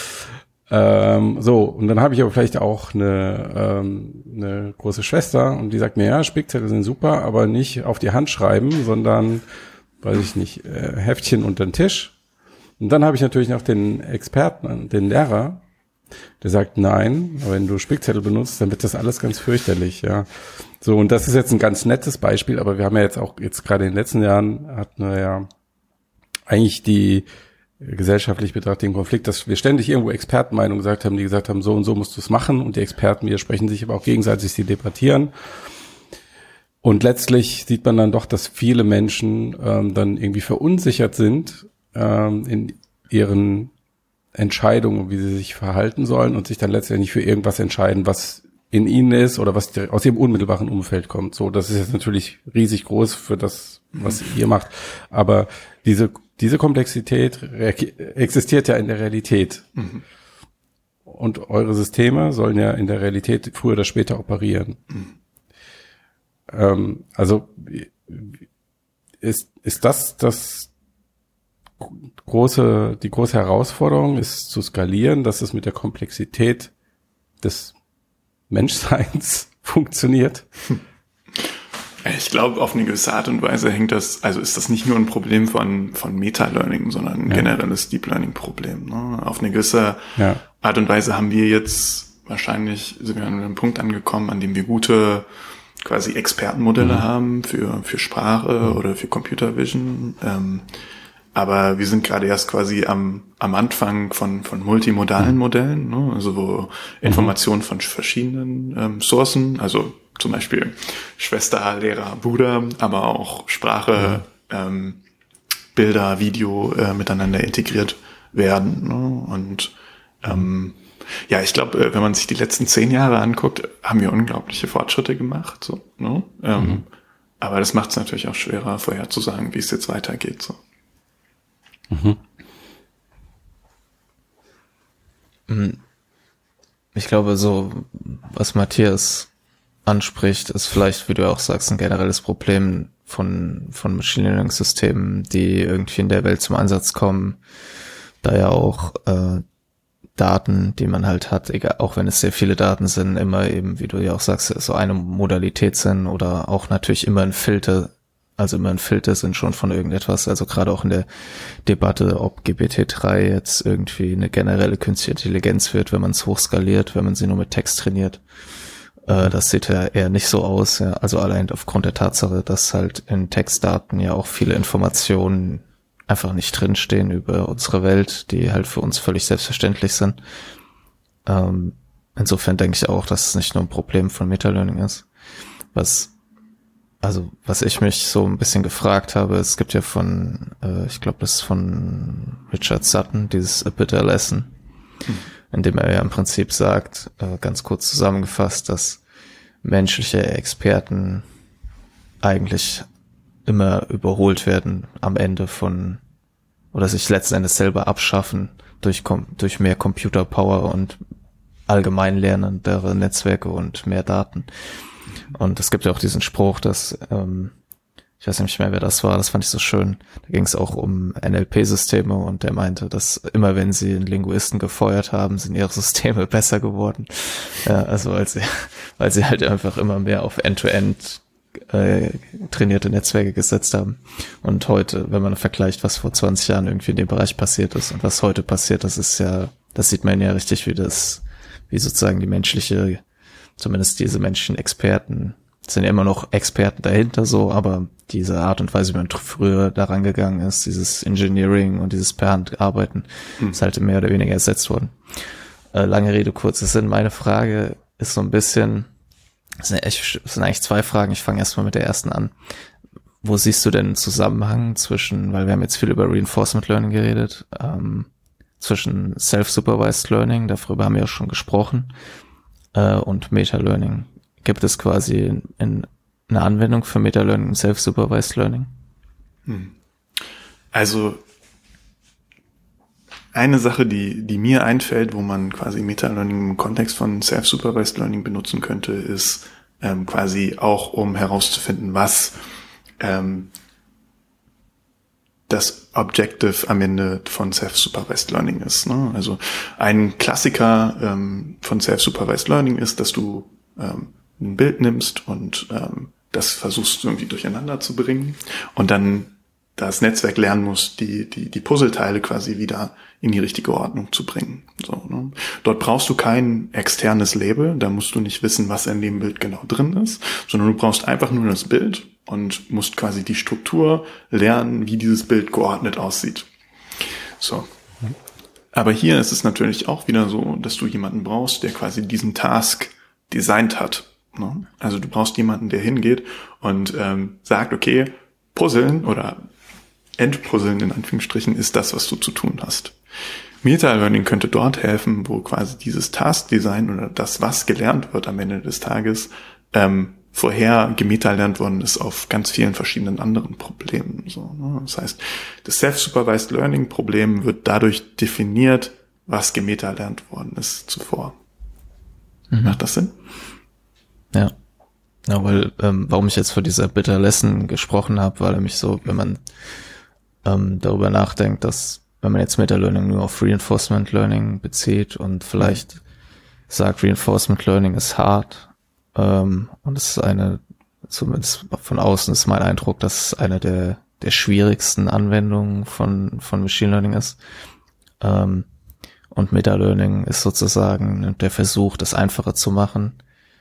Und dann habe ich aber vielleicht auch eine große Schwester und die sagt mir, ja, Spickzettel sind super, aber nicht auf die Hand schreiben, sondern, weiß ich nicht, Heftchen unter den Tisch. Und dann habe ich natürlich noch den Experten, den Lehrer, der sagt, nein, wenn du Spickzettel benutzt, dann wird das alles ganz fürchterlich, ja. So, und das ist jetzt ein ganz nettes Beispiel, aber wir haben ja jetzt gerade in den letzten Jahren hatten wir ja eigentlich die gesellschaftlich betrachtet den Konflikt, dass wir ständig irgendwo Expertenmeinungen gesagt haben, die gesagt haben, so und so musst du es machen, und die Experten widersprechen sich aber auch gegenseitig, sie debattieren. Und letztlich sieht man dann doch, dass viele Menschen dann irgendwie verunsichert sind in ihren Entscheidungen, wie sie sich verhalten sollen, und sich dann letztendlich für irgendwas entscheiden, was in ihnen ist oder was aus ihrem unmittelbaren Umfeld kommt. So, das ist jetzt natürlich riesig groß für das, was ihr macht. Aber diese Komplexität existiert ja in der Realität. Mhm. Und eure Systeme sollen ja in der Realität früher oder später operieren. Mhm. Ist das die große Herausforderung, ist zu skalieren, dass es mit der Komplexität des Menschseins funktioniert? Ich glaube, auf eine gewisse Art und Weise ist das nicht nur ein Problem von Meta-Learning, sondern ein generelles Deep Learning-Problem. Ne? Auf eine gewisse Art und Weise haben wir jetzt sind wir an einem Punkt angekommen, an dem wir gute quasi Expertenmodelle haben für Sprache oder für Computer Vision. Aber wir sind gerade erst quasi am Anfang von multimodalen Modellen, ne? Also wo Informationen von verschiedenen Sourcen, also zum Beispiel Schwester, Lehrer, Bruder, aber auch Sprache, Bilder, Video miteinander integriert werden. Ne? Und ich glaube, wenn man sich die letzten 10 Jahre anguckt, haben wir unglaubliche Fortschritte gemacht. So, ne? Aber das macht es natürlich auch schwerer, vorherzusagen, wie es jetzt weitergeht. So. Ich glaube, so was Matthias anspricht, ist vielleicht, wie du auch sagst, ein generelles Problem von Machine Learning Systemen, die irgendwie in der Welt zum Einsatz kommen, da ja auch Daten, die man halt hat, egal, auch wenn es sehr viele Daten sind, immer eben, wie du ja auch sagst, so eine Modalität sind oder auch natürlich immer ein Filter. Also immer ein Filter sind schon von irgendetwas, also gerade auch in der Debatte, ob GPT-3 jetzt irgendwie eine generelle künstliche Intelligenz wird, wenn man es hochskaliert, wenn man sie nur mit Text trainiert. Das sieht ja eher nicht so aus, ja. Also allein aufgrund der Tatsache, dass halt in Textdaten ja auch viele Informationen einfach nicht drinstehen über unsere Welt, die halt für uns völlig selbstverständlich sind. Insofern denke ich auch, dass es nicht nur ein Problem von Meta-Learning ist. Was ich mich so ein bisschen gefragt habe, es gibt ja ich glaube, das ist von Richard Sutton, dieses A Bitter Lesson, in dem er ja im Prinzip sagt, ganz kurz zusammengefasst, dass menschliche Experten eigentlich immer überholt werden am Ende von oder sich letzten Endes selber abschaffen durch mehr Computerpower und allgemein lernendere Netzwerke und mehr Daten. Und es gibt ja auch diesen Spruch, dass, ich weiß nicht mehr, wer das war, das fand ich so schön, da ging es auch um NLP-Systeme und der meinte, dass immer wenn sie einen Linguisten gefeuert haben, sind ihre Systeme besser geworden. Ja, also weil sie halt einfach immer mehr auf End-to-End trainierte Netzwerke gesetzt haben. Und heute, wenn man vergleicht, was vor 20 Jahren irgendwie in dem Bereich passiert ist und was heute passiert, das sieht man ja richtig, wie sozusagen die menschliche, zumindest diese menschlichen Experten, sind ja immer noch Experten dahinter so, aber diese Art und Weise, wie man früher daran gegangen ist, dieses Engineering und dieses per Hand arbeiten, ist halt mehr oder weniger ersetzt worden. Lange Rede, kurzer Sinn. Meine Frage ist so ein bisschen, es sind eigentlich 2 Fragen. Ich fange erstmal mit der ersten an. Wo siehst du denn einen Zusammenhang zwischen, weil wir haben jetzt viel über Reinforcement Learning geredet, zwischen Self-Supervised Learning, darüber haben wir ja schon gesprochen, und Meta-Learning. Gibt es quasi eine Anwendung für Meta-Learning und Self-Supervised Learning? Also eine Sache, die mir einfällt, wo man quasi Meta-Learning im Kontext von Self-Supervised Learning benutzen könnte, ist quasi auch, um herauszufinden, was das Objective am Ende von Self-Supervised Learning ist. Ne? Also ein Klassiker von Self-Supervised Learning ist, dass du ein Bild nimmst und das versuchst du irgendwie durcheinander zu bringen und dann das Netzwerk lernen muss, die Puzzleteile quasi wieder in die richtige Ordnung zu bringen. So, ne? Dort brauchst du kein externes Label, da musst du nicht wissen, was in dem Bild genau drin ist, sondern du brauchst einfach nur das Bild und musst quasi die Struktur lernen, wie dieses Bild geordnet aussieht. So. Aber hier ist es natürlich auch wieder so, dass du jemanden brauchst, der quasi diesen Task designt hat. Ne? Also du brauchst jemanden, der hingeht und sagt, okay, Puzzeln oder Entpuzzeln in Anführungsstrichen ist das, was du zu tun hast. Meta-Learning könnte dort helfen, wo quasi dieses Task-Design oder das, was gelernt wird am Ende des Tages, vorher gemeta-lernt worden ist auf ganz vielen verschiedenen anderen Problemen. So, ne? Das heißt, das Self-Supervised Learning-Problem wird dadurch definiert, was gemeta-lernt worden ist zuvor. Macht das Sinn? Ja. Ja, weil, warum ich jetzt von dieser Bitter Lesson gesprochen habe, weil nämlich so, wenn man darüber nachdenkt, dass, wenn man jetzt Meta-Learning nur auf Reinforcement Learning bezieht und vielleicht sagt, Reinforcement Learning ist hart, und es ist zumindest von außen ist mein Eindruck, dass es eine der schwierigsten Anwendungen von Machine Learning ist. Und Meta-Learning ist sozusagen der Versuch, das einfacher zu machen.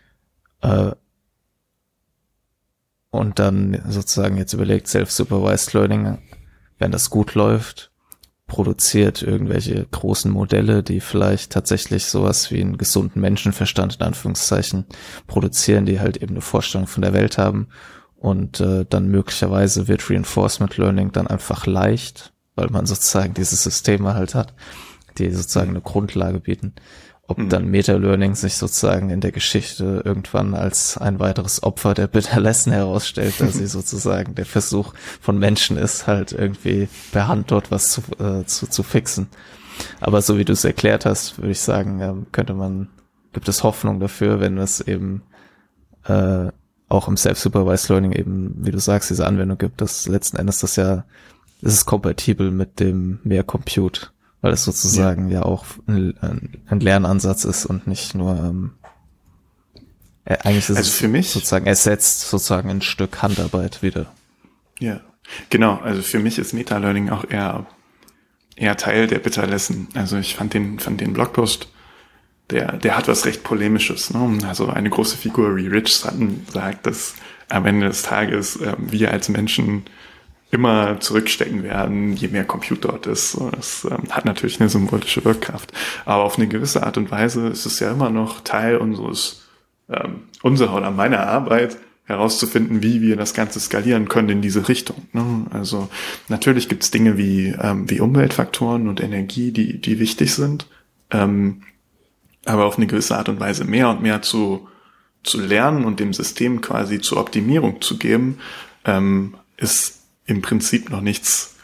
Und dann sozusagen jetzt überlegt, Self-Supervised Learning, wenn das gut läuft, produziert irgendwelche großen Modelle, die vielleicht tatsächlich sowas wie einen gesunden Menschenverstand in Anführungszeichen produzieren, die halt eben eine Vorstellung von der Welt haben. Und dann möglicherweise wird Reinforcement Learning dann einfach leicht, weil man sozusagen diese Systeme halt hat, die sozusagen eine Grundlage bieten. Ob dann Meta-Learning sich sozusagen in der Geschichte irgendwann als ein weiteres Opfer der Bitter Lesson herausstellt, da sie sozusagen der Versuch von Menschen ist, halt irgendwie per Hand dort was zu fixen. Aber so wie du es erklärt hast, würde ich sagen, gibt es Hoffnung dafür, wenn es eben auch im Self-Supervised Learning eben, wie du sagst, diese Anwendung gibt, dass letzten Endes das ist kompatibel mit dem mehr Compute, weil es sozusagen ja auch ein Lernansatz ist und nicht nur eigentlich ist also für mich sozusagen ersetzt sozusagen ein Stück Handarbeit wieder. Ja, genau. Also für mich ist Meta-Learning auch eher Teil der Bitter Lesson. Also ich fand den Blogpost, der hat was recht Polemisches. Ne? Also eine große Figur wie Rich Sutton sagt, dass am Ende des Tages wir als Menschen immer zurückstecken werden, je mehr Compute dort ist. So, das hat natürlich eine symbolische Wirkkraft. Aber auf eine gewisse Art und Weise ist es ja immer noch Teil unserer oder meiner Arbeit, herauszufinden, wie wir das Ganze skalieren können in diese Richtung. Ne? Also natürlich gibt es Dinge wie Umweltfaktoren und Energie, die wichtig sind. Aber auf eine gewisse Art und Weise mehr und mehr zu lernen und dem System quasi zur Optimierung zu geben, ist im Prinzip noch nichts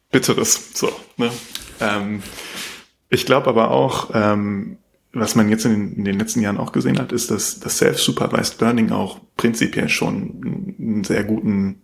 Bitteres. So, ne? Ich glaube aber auch, was man jetzt in den letzten Jahren auch gesehen hat, ist, dass das Self-Supervised Learning auch prinzipiell schon einen sehr guten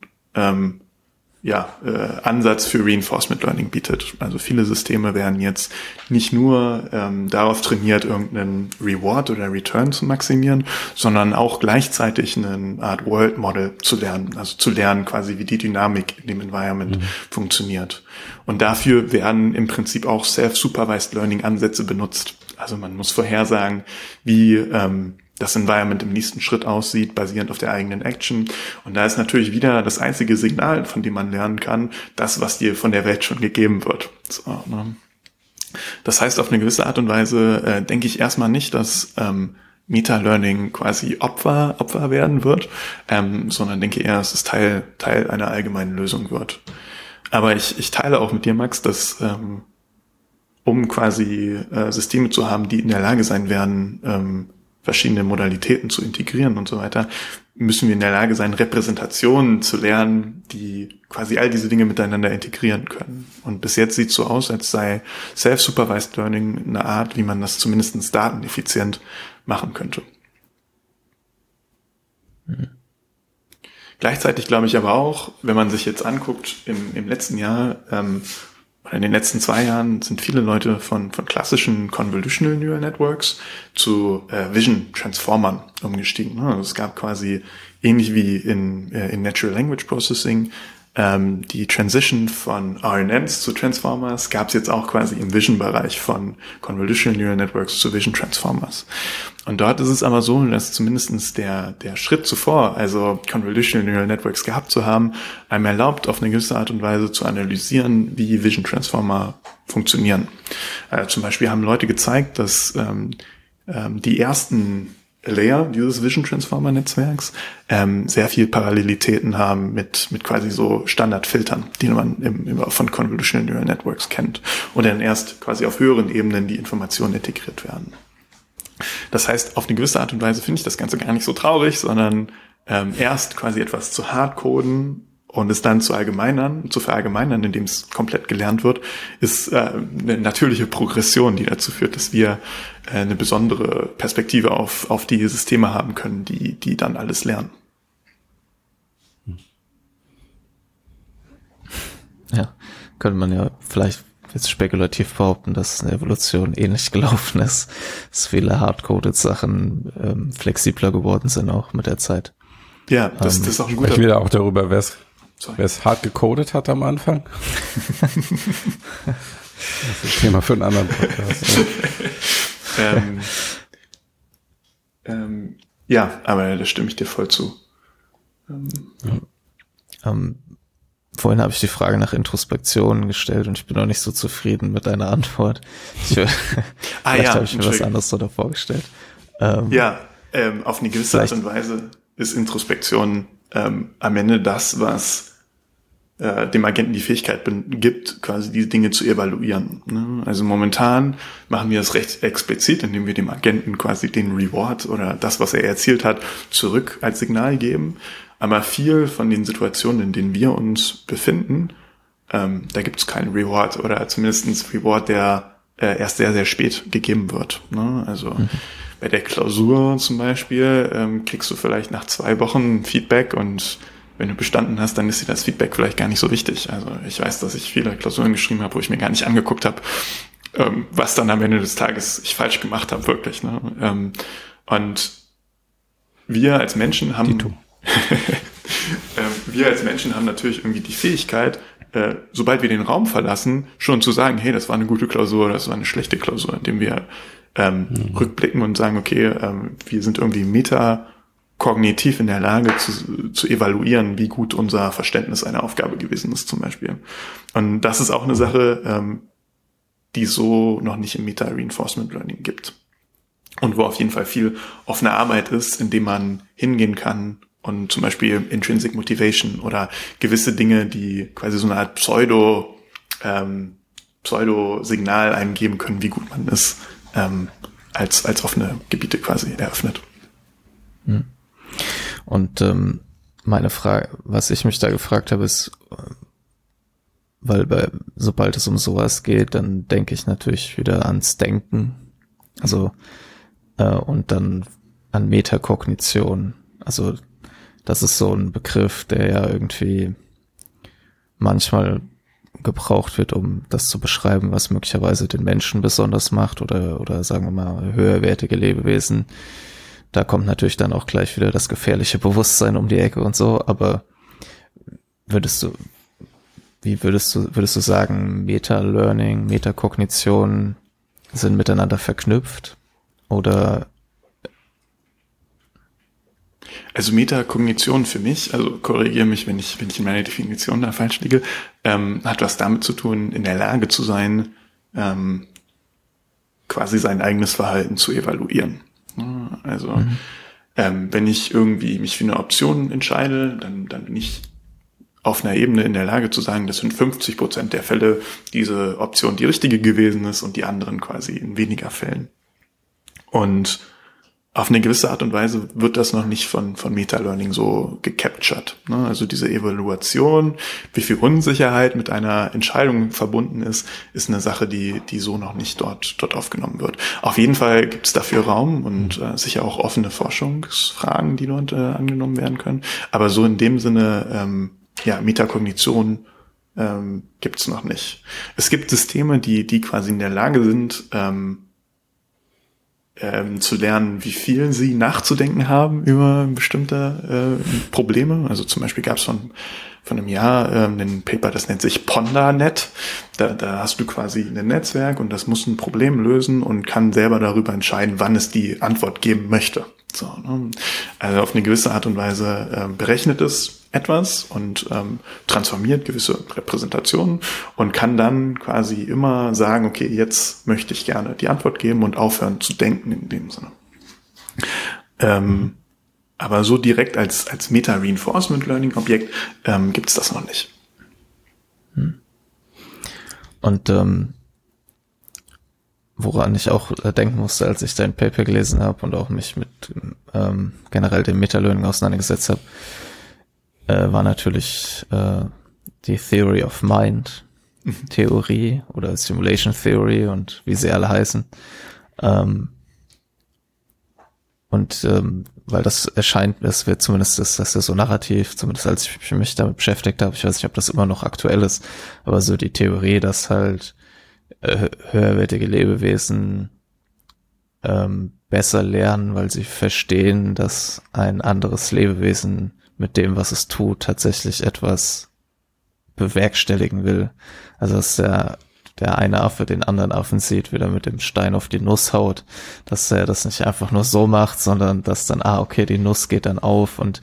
Ansatz für Reinforcement Learning bietet. Also viele Systeme werden jetzt nicht nur darauf trainiert, irgendeinen Reward oder Return zu maximieren, sondern auch gleichzeitig eine Art World Model zu lernen. Also zu lernen quasi, wie die Dynamik in dem Environment funktioniert. Und dafür werden im Prinzip auch Self-Supervised Learning Ansätze benutzt. Also man muss vorhersagen, wie das Environment im nächsten Schritt aussieht, basierend auf der eigenen Action. Und da ist natürlich wieder das einzige Signal, von dem man lernen kann, das, was dir von der Welt schon gegeben wird. So, ne? Das heißt, auf eine gewisse Art und Weise denke ich erstmal nicht, dass Meta-Learning quasi Opfer werden wird, sondern denke eher, dass es Teil einer allgemeinen Lösung wird. Aber ich teile auch mit dir, Max, dass um quasi Systeme zu haben, die in der Lage sein werden, verschiedene Modalitäten zu integrieren und so weiter, müssen wir in der Lage sein, Repräsentationen zu lernen, die quasi all diese Dinge miteinander integrieren können. Und bis jetzt sieht es so aus, als sei Self-Supervised Learning eine Art, wie man das zumindest dateneffizient machen könnte. Gleichzeitig glaube ich aber auch, wenn man sich jetzt anguckt, im letzten Jahr in den letzten 2 Jahren sind viele Leute von klassischen Convolutional Neural Networks zu Vision Transformern umgestiegen. Also es gab quasi ähnlich wie in Natural Language Processing die Transition von RNNs zu Transformers, gab es jetzt auch quasi im Vision-Bereich von Convolutional Neural Networks zu Vision Transformers. Und dort ist es aber so, dass zumindest der Schritt zuvor, also Convolutional Neural Networks gehabt zu haben, einem erlaubt, auf eine gewisse Art und Weise zu analysieren, wie Vision Transformer funktionieren. Zum Beispiel haben Leute gezeigt, dass die ersten Layer dieses Vision Transformer Netzwerks sehr viel Parallelitäten haben mit quasi so Standardfiltern, die man von Convolutional Neural Networks kennt, und dann erst quasi auf höheren Ebenen die Informationen integriert werden. Das heißt, auf eine gewisse Art und Weise finde ich das Ganze gar nicht so traurig, sondern erst quasi etwas zu hardcoden und es dann zu verallgemeinern, indem es komplett gelernt wird, ist eine natürliche Progression, die dazu führt, dass wir eine besondere Perspektive auf die Systeme haben können, die dann alles lernen. Ja, könnte man ja vielleicht jetzt spekulativ behaupten, dass eine Evolution ähnlich gelaufen ist, dass viele hardcoded Sachen flexibler geworden sind auch mit der Zeit. Ja, das ist auch ein guter... Ich will auch darüber, wer es hart gecodet hat am Anfang. Das ist ein Thema für einen anderen Podcast. Ja, aber da stimme ich dir voll zu. Vorhin habe ich die Frage nach Introspektion gestellt und ich bin noch nicht so zufrieden mit deiner Antwort. Vielleicht habe ich mir was anderes so davor gestellt. Auf eine gewisse Art und Weise ist Introspektion am Ende das, was dem Agenten die Fähigkeit gibt, quasi diese Dinge zu evaluieren. Ne? Also momentan machen wir das recht explizit, indem wir dem Agenten quasi den Reward oder das, was er erzielt hat, zurück als Signal geben. Aber viel von den Situationen, in denen wir uns befinden, da gibt es keinen Reward oder zumindest einen Reward, der erst sehr, sehr spät gegeben wird. Ne? Also bei der Klausur zum Beispiel kriegst du vielleicht nach 2 Wochen Feedback, und wenn du bestanden hast, dann ist dir das Feedback vielleicht gar nicht so wichtig. Also ich weiß, dass ich viele Klausuren geschrieben habe, wo ich mir gar nicht angeguckt habe, was dann am Ende des Tages ich falsch gemacht habe, wirklich. Ne? Und wir als Menschen haben natürlich irgendwie die Fähigkeit, sobald wir den Raum verlassen, schon zu sagen, hey, das war eine gute Klausur oder das war eine schlechte Klausur, indem wir rückblicken und sagen, okay, wir sind irgendwie metakognitiv in der Lage zu evaluieren, wie gut unser Verständnis einer Aufgabe gewesen ist zum Beispiel. Und das ist auch eine Sache, die es so noch nicht im Meta-Reinforcement Learning gibt. Und wo auf jeden Fall viel offene Arbeit ist, indem man hingehen kann und zum Beispiel Intrinsic Motivation oder gewisse Dinge, die quasi so eine Art Pseudo-Signal einem geben können, wie gut man ist, als offene Gebiete quasi eröffnet. Und meine Frage, was ich mich da gefragt habe, ist, weil sobald es um sowas geht, dann denke ich natürlich wieder ans Denken. Also, und dann an Metakognition. Also, das ist so ein Begriff, der ja irgendwie manchmal gebraucht wird, um das zu beschreiben, was möglicherweise den Menschen besonders macht oder sagen wir mal höherwertige Lebewesen. Da kommt natürlich dann auch gleich wieder das gefährliche Bewusstsein um die Ecke und so, aber würdest du sagen, Meta-Learning, Metakognition sind miteinander verknüpft? Oder? Also Metakognition für mich, also korrigiere mich, wenn ich in meiner Definition da falsch liege, hat was damit zu tun, in der Lage zu sein, quasi sein eigenes Verhalten zu evaluieren. Also wenn ich irgendwie mich für eine Option entscheide, dann bin ich auf einer Ebene in der Lage zu sagen, dass in 50% der Fälle diese Option die richtige gewesen ist und die anderen quasi in weniger Fällen. Und auf eine gewisse Art und Weise wird das noch nicht von Meta-Learning so gecaptured. Ne? Also diese Evaluation, wie viel Unsicherheit mit einer Entscheidung verbunden ist eine Sache, die so noch nicht dort aufgenommen wird. Auf jeden Fall gibt es dafür Raum und sicher auch offene Forschungsfragen, die dort angenommen werden können. Aber so in dem Sinne, Metakognition gibt es noch nicht. Es gibt Systeme, die quasi in der Lage sind, zu lernen, wie viel sie nachzudenken haben über bestimmte Probleme. Also zum Beispiel gab es von einem Jahr ein Paper, das nennt sich PonderNet. Da hast du quasi ein Netzwerk und das muss ein Problem lösen und kann selber darüber entscheiden, wann es die Antwort geben möchte. So, ne? Also auf eine gewisse Art und Weise berechnet es etwas und transformiert gewisse Repräsentationen und kann dann quasi immer sagen, okay, jetzt möchte ich gerne die Antwort geben und aufhören zu denken in dem Sinne. Aber so direkt als Meta-Reinforcement-Learning-Objekt gibt es das noch nicht. Und woran ich auch denken musste, als ich dein Paper gelesen habe und auch mich mit generell dem Meta-Learning auseinandergesetzt habe, war natürlich die Theory of Mind Theorie oder Simulation Theory und wie sie alle heißen. Weil das erscheint, es wird zumindest, das ist ja so narrativ, zumindest als ich mich damit beschäftigt habe, ich weiß nicht, ob das immer noch aktuell ist, aber so die Theorie, dass halt höherwertige Lebewesen besser lernen, weil sie verstehen, dass ein anderes Lebewesen mit dem, was es tut, tatsächlich etwas bewerkstelligen will. Also dass der eine Affe den anderen Affen sieht, wie er mit dem Stein auf die Nuss haut, dass er das nicht einfach nur so macht, sondern dass dann, okay, die Nuss geht dann auf und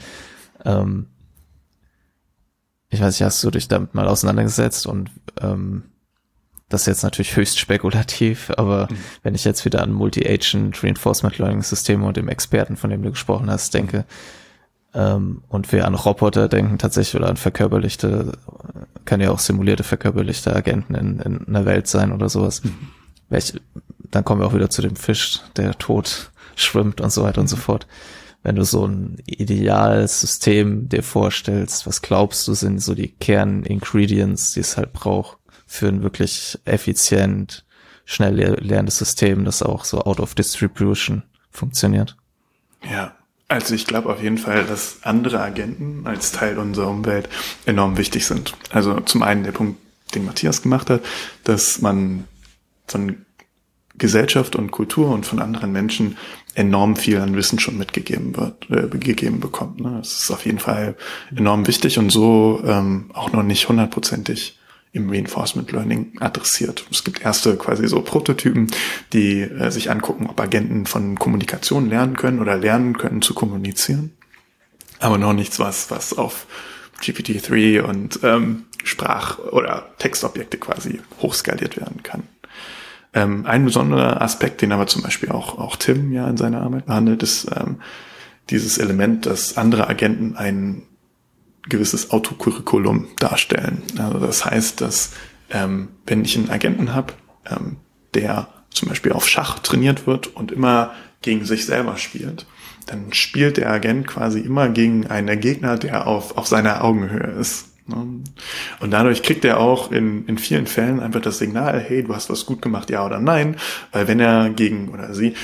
ich weiß nicht, hast du dich damit mal auseinandergesetzt und das ist jetzt natürlich höchst spekulativ, aber wenn ich jetzt wieder an Multi-Agent Reinforcement Learning Systeme und dem Experten, von dem du gesprochen hast, denke, und wir an Roboter denken tatsächlich oder an verkörperlichte, kann ja auch simulierte verkörperlichte Agenten in einer Welt sein oder sowas. Dann kommen wir auch wieder zu dem Fisch, der tot schwimmt und so weiter und so fort. Wenn du so ein ideales System dir vorstellst, was glaubst du sind so die Kern-Ingredients, die es halt braucht für ein wirklich effizient, schnell lernendes System, das auch so out of distribution funktioniert? Ja. Also ich glaube auf jeden Fall, dass andere Agenten als Teil unserer Umwelt enorm wichtig sind. Also zum einen der Punkt, den Matthias gemacht hat, dass man von Gesellschaft und Kultur und von anderen Menschen enorm viel an Wissen schon mitgegeben bekommt. Ne? Das ist auf jeden Fall enorm wichtig und so auch noch nicht 100%ig im Reinforcement Learning adressiert. Es gibt erste quasi so Prototypen, die sich angucken, ob Agenten von Kommunikation lernen können zu kommunizieren. Aber noch nichts, was auf GPT-3 und Sprach- oder Textobjekte quasi hochskaliert werden kann. Ein besonderer Aspekt, den aber zum Beispiel auch Tim ja in seiner Arbeit behandelt, ist dieses Element, dass andere Agenten ein gewisses Autocurriculum darstellen. Also das heißt, dass wenn ich einen Agenten habe, der zum Beispiel auf Schach trainiert wird und immer gegen sich selber spielt, dann spielt der Agent quasi immer gegen einen Gegner, der auf seiner Augenhöhe ist. Ne? Und dadurch kriegt er auch in vielen Fällen einfach das Signal, hey, du hast was gut gemacht, ja oder nein, weil wenn er gegen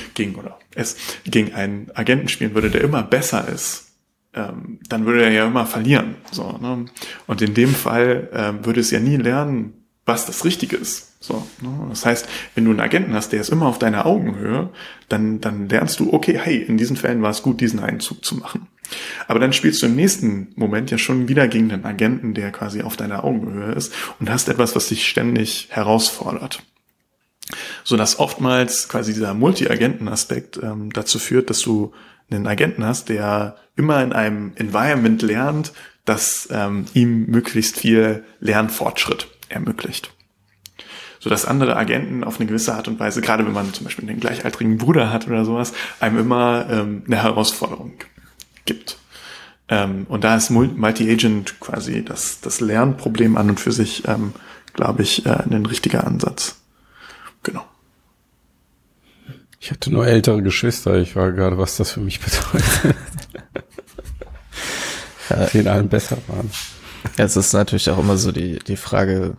einen Agenten spielen würde, der immer besser ist, dann würde er ja immer verlieren. So, ne? Und in dem Fall würde es ja nie lernen, was das Richtige ist. So, ne? Das heißt, wenn du einen Agenten hast, der ist immer auf deiner Augenhöhe, dann lernst du, okay, hey, in diesen Fällen war es gut, diesen einen Zug zu machen. Aber dann spielst du im nächsten Moment ja schon wieder gegen den Agenten, der quasi auf deiner Augenhöhe ist und hast etwas, was dich ständig herausfordert. Sodass oftmals quasi dieser Multi-Agenten-Aspekt dazu führt, dass du einen Agenten hast, der immer in einem Environment lernt, das ihm möglichst viel Lernfortschritt ermöglicht. Sodass andere Agenten auf eine gewisse Art und Weise, gerade wenn man zum Beispiel einen gleichaltrigen Bruder hat oder sowas, einem immer eine Herausforderung gibt. Und da ist Multi-Agent quasi das Lernproblem an und für sich, glaube ich, ein richtiger Ansatz. Genau. Ich hatte nur ältere Geschwister. Ich war gerade, was das für mich bedeutet. Die in allem besser waren. Ja, es ist natürlich auch immer so die Frage,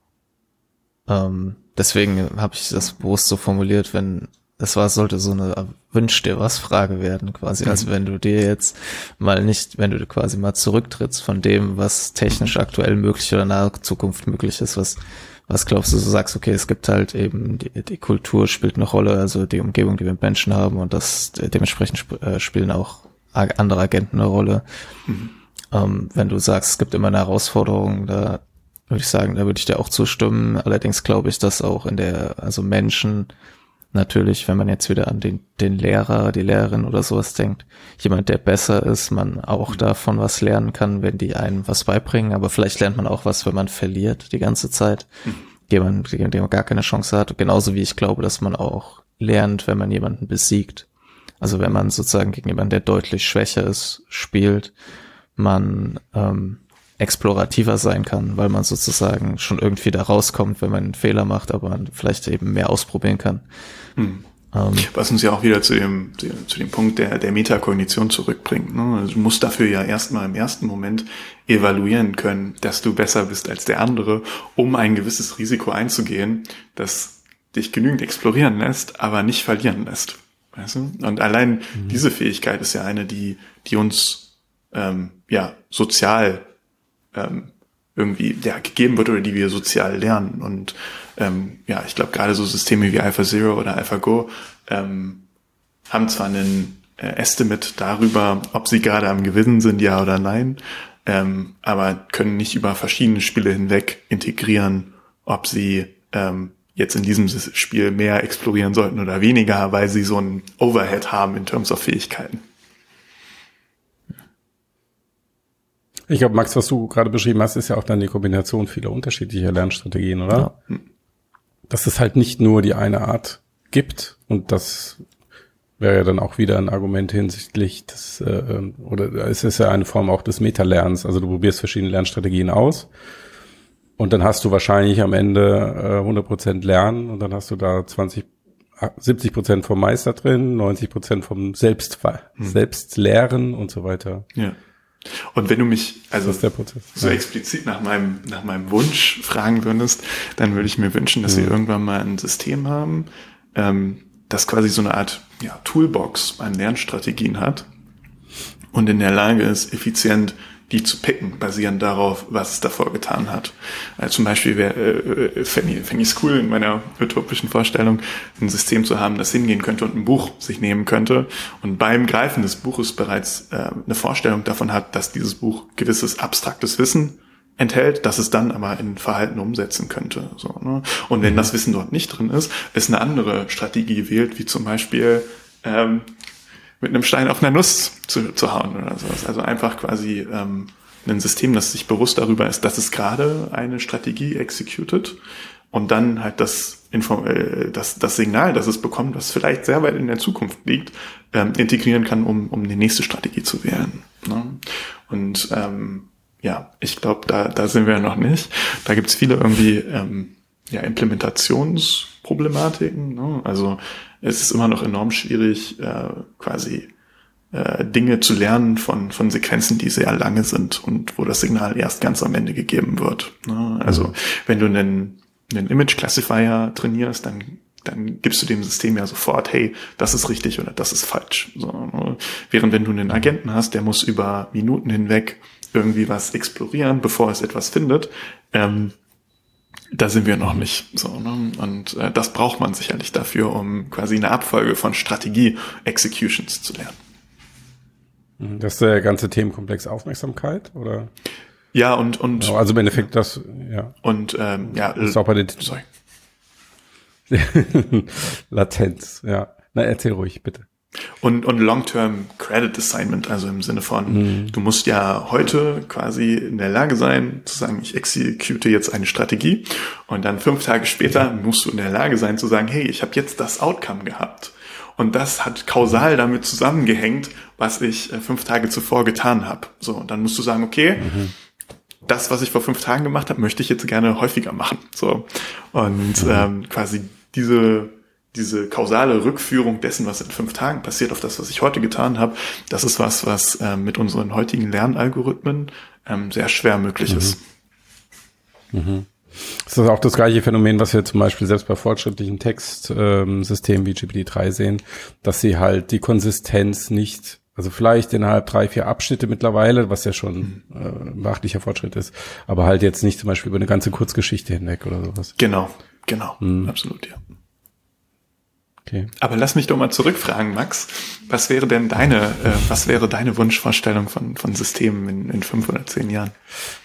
deswegen habe ich das bewusst so formuliert, sollte so eine Wünsch dir was Frage werden, quasi. Also wenn du dir jetzt wenn du quasi mal zurücktrittst von dem, was technisch aktuell möglich oder nahe Zukunft möglich ist, was glaubst du, so sagst, okay, es gibt halt eben, die Kultur spielt eine Rolle, also die Umgebung, die wir mit Menschen haben und dementsprechend spielen auch andere Agenten eine Rolle. Wenn du sagst, es gibt immer eine Herausforderung, da würde ich dir auch zustimmen. Allerdings glaube ich, dass auch also Menschen natürlich, wenn man jetzt wieder an den Lehrer, die Lehrerin oder sowas denkt, jemand, der besser ist, man auch davon was lernen kann, wenn die einem was beibringen, aber vielleicht lernt man auch was, wenn man verliert die ganze Zeit, gegen den man gar keine Chance hat. Genauso wie ich glaube, dass man auch lernt, wenn man jemanden besiegt. Also wenn man sozusagen gegen jemanden, der deutlich schwächer ist, spielt, man explorativer sein kann, weil man sozusagen schon irgendwie da rauskommt, wenn man einen Fehler macht, aber man vielleicht eben mehr ausprobieren kann. Was uns ja auch wieder zu dem Punkt der Metakognition zurückbringt. Ne? Also du musst dafür ja erstmal im ersten Moment evaluieren können, dass du besser bist als der andere, um ein gewisses Risiko einzugehen, das dich genügend explorieren lässt, aber nicht verlieren lässt. Weißt du? Und allein diese Fähigkeit ist ja eine, die uns sozial irgendwie gegeben wird oder die wir sozial lernen. Und ich glaube, gerade so Systeme wie AlphaZero oder AlphaGo haben zwar einen Estimate darüber, ob sie gerade am Gewinnen sind, ja oder nein, aber können nicht über verschiedene Spiele hinweg integrieren, ob sie jetzt in diesem Spiel mehr explorieren sollten oder weniger, weil sie so einen Overhead haben in terms of Fähigkeiten. Ich glaube, Max, was du gerade beschrieben hast, ist ja auch dann die Kombination vieler unterschiedlicher Lernstrategien, oder? Ja. Dass es halt nicht nur die eine Art gibt und das wäre ja dann auch wieder ein Argument hinsichtlich des, oder es ist ja eine Form auch des Metalernens, also du probierst verschiedene Lernstrategien aus und dann hast du wahrscheinlich am Ende 100% Lernen und dann hast du da 70% vom Meister drin, 90% vom Selbstlehren und so weiter. Ja. Und wenn du mich so explizit nach meinem Wunsch fragen würdest, dann würde ich mir wünschen, dass wir irgendwann mal ein System haben, das quasi so eine Art Toolbox an Lernstrategien hat und in der Lage ist, effizient die zu picken, basierend darauf, was es davor getan hat. Also zum Beispiel fände ich es cool, in meiner utopischen Vorstellung ein System zu haben, das hingehen könnte und ein Buch sich nehmen könnte und beim Greifen des Buches bereits eine Vorstellung davon hat, dass dieses Buch gewisses abstraktes Wissen enthält, das es dann aber in Verhalten umsetzen könnte. So, ne? Und wenn das Wissen dort nicht drin ist, es eine andere Strategie wählt, wie zum Beispiel mit einem Stein auf einer Nuss zu hauen oder sowas. Also einfach quasi ein System, das sich bewusst darüber ist, dass es gerade eine Strategie executed und dann halt das Signal, das es bekommt, was vielleicht sehr weit in der Zukunft liegt, integrieren kann, um die nächste Strategie zu wählen. Ne? Und ich glaube, da sind wir noch nicht. Da gibt's viele irgendwie Implementationsproblematiken. Ne? Also es ist immer noch enorm schwierig, quasi Dinge zu lernen von Sequenzen, die sehr lange sind und wo das Signal erst ganz am Ende gegeben wird. Also wenn du einen Image Classifier trainierst, dann gibst du dem System ja sofort, hey, das ist richtig oder das ist falsch. So, während wenn du einen Agenten hast, der muss über Minuten hinweg irgendwie was explorieren, bevor es etwas findet, da sind wir noch nicht. So, ne? Und das braucht man sicherlich dafür, um quasi eine Abfolge von Strategie-Executions zu lernen. Das ist der ganze Themenkomplex Aufmerksamkeit, oder? Ja, und genau, also im Endeffekt das, ja. Und ist auch bei den sorry. Latenz, ja. Na, erzähl ruhig, bitte. Und Long-Term Credit Assignment, also im Sinne von, du musst ja heute quasi in der Lage sein, zu sagen, ich execute jetzt eine Strategie und dann 5 Tage später musst du in der Lage sein zu sagen, hey, ich habe jetzt das Outcome gehabt. Und das hat kausal damit zusammengehängt, was ich 5 Tage zuvor getan habe. So, und dann musst du sagen, okay, das, was ich vor 5 Tagen gemacht habe, möchte ich jetzt gerne häufiger machen. So, und quasi diese kausale Rückführung dessen, was in 5 Tagen passiert, auf das, was ich heute getan habe, das ist was mit unseren heutigen Lernalgorithmen sehr schwer möglich ist. Das ist auch das gleiche Phänomen, was wir zum Beispiel selbst bei fortschrittlichen Textsystemen wie GPT-3 sehen, dass sie halt die Konsistenz nicht, also vielleicht innerhalb 3-4 Abschnitte mittlerweile, was ja schon beachtlicher Fortschritt ist, aber halt jetzt nicht zum Beispiel über eine ganze Kurzgeschichte hinweg oder sowas. Genau, absolut, ja. Okay. Aber lass mich doch mal zurückfragen, Max. Was wäre denn deine Wunschvorstellung von Systemen in 5 oder 10 Jahren?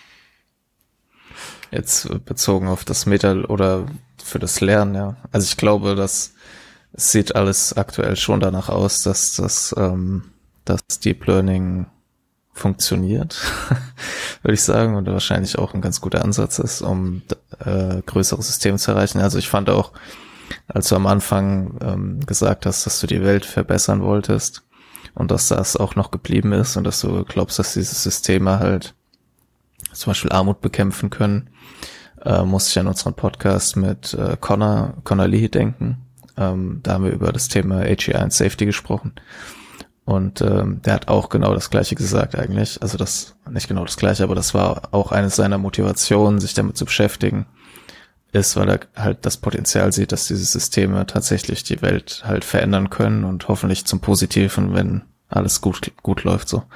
Jetzt bezogen auf das Meta oder für das Lernen, ja. Also ich glaube, es sieht alles aktuell schon danach aus, dass das Deep Learning funktioniert, würde ich sagen, und wahrscheinlich auch ein ganz guter Ansatz ist, um größere Systeme zu erreichen. Also ich fand auch, als du am Anfang gesagt hast, dass du die Welt verbessern wolltest und dass das auch noch geblieben ist und dass du glaubst, dass diese Systeme halt zum Beispiel Armut bekämpfen können, musste ich an unseren Podcast mit Connor Lee denken. Da haben wir über das Thema AGI und Safety gesprochen. Und der hat auch genau das Gleiche gesagt eigentlich. Also das, nicht genau das Gleiche, aber das war auch eine seiner Motivationen, sich damit zu beschäftigen, ist, weil er halt das Potenzial sieht, dass diese Systeme tatsächlich die Welt halt verändern können und hoffentlich zum Positiven, wenn alles gut läuft so.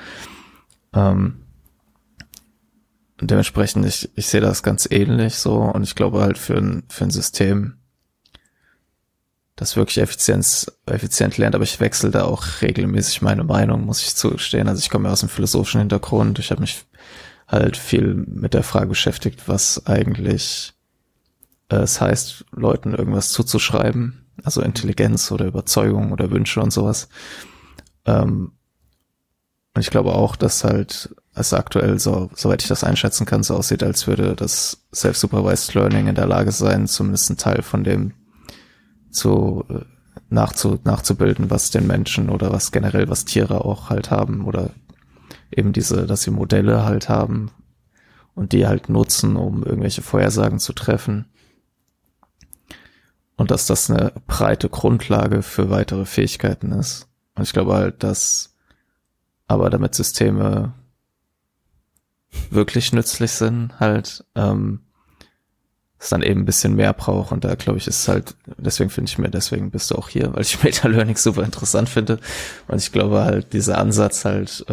Dementsprechend, ich sehe das ganz ähnlich so und ich glaube halt für ein System, das wirklich effizient lernt, aber ich wechsle da auch regelmäßig meine Meinung, muss ich zugestehen. Also ich komme ja aus dem philosophischen Hintergrund, ich habe mich halt viel mit der Frage beschäftigt, was eigentlich es heißt, Leuten irgendwas zuzuschreiben, also Intelligenz oder Überzeugung oder Wünsche und sowas. Und ich glaube auch, dass halt es aktuell, soweit ich das einschätzen kann, so aussieht, als würde das Self-Supervised Learning in der Lage sein, zumindest einen Teil von dem nachzubilden, was den Menschen oder was generell, was Tiere auch halt haben oder eben dass sie Modelle halt haben und die halt nutzen, um irgendwelche Vorhersagen zu treffen. Und dass das eine breite Grundlage für weitere Fähigkeiten ist. Und ich glaube halt, dass aber damit Systeme wirklich nützlich sind, halt, es dann eben ein bisschen mehr braucht. Und da glaube ich, ist halt, deswegen bist du auch hier, weil ich Meta-Learning super interessant finde. Und ich glaube halt, dieser Ansatz halt,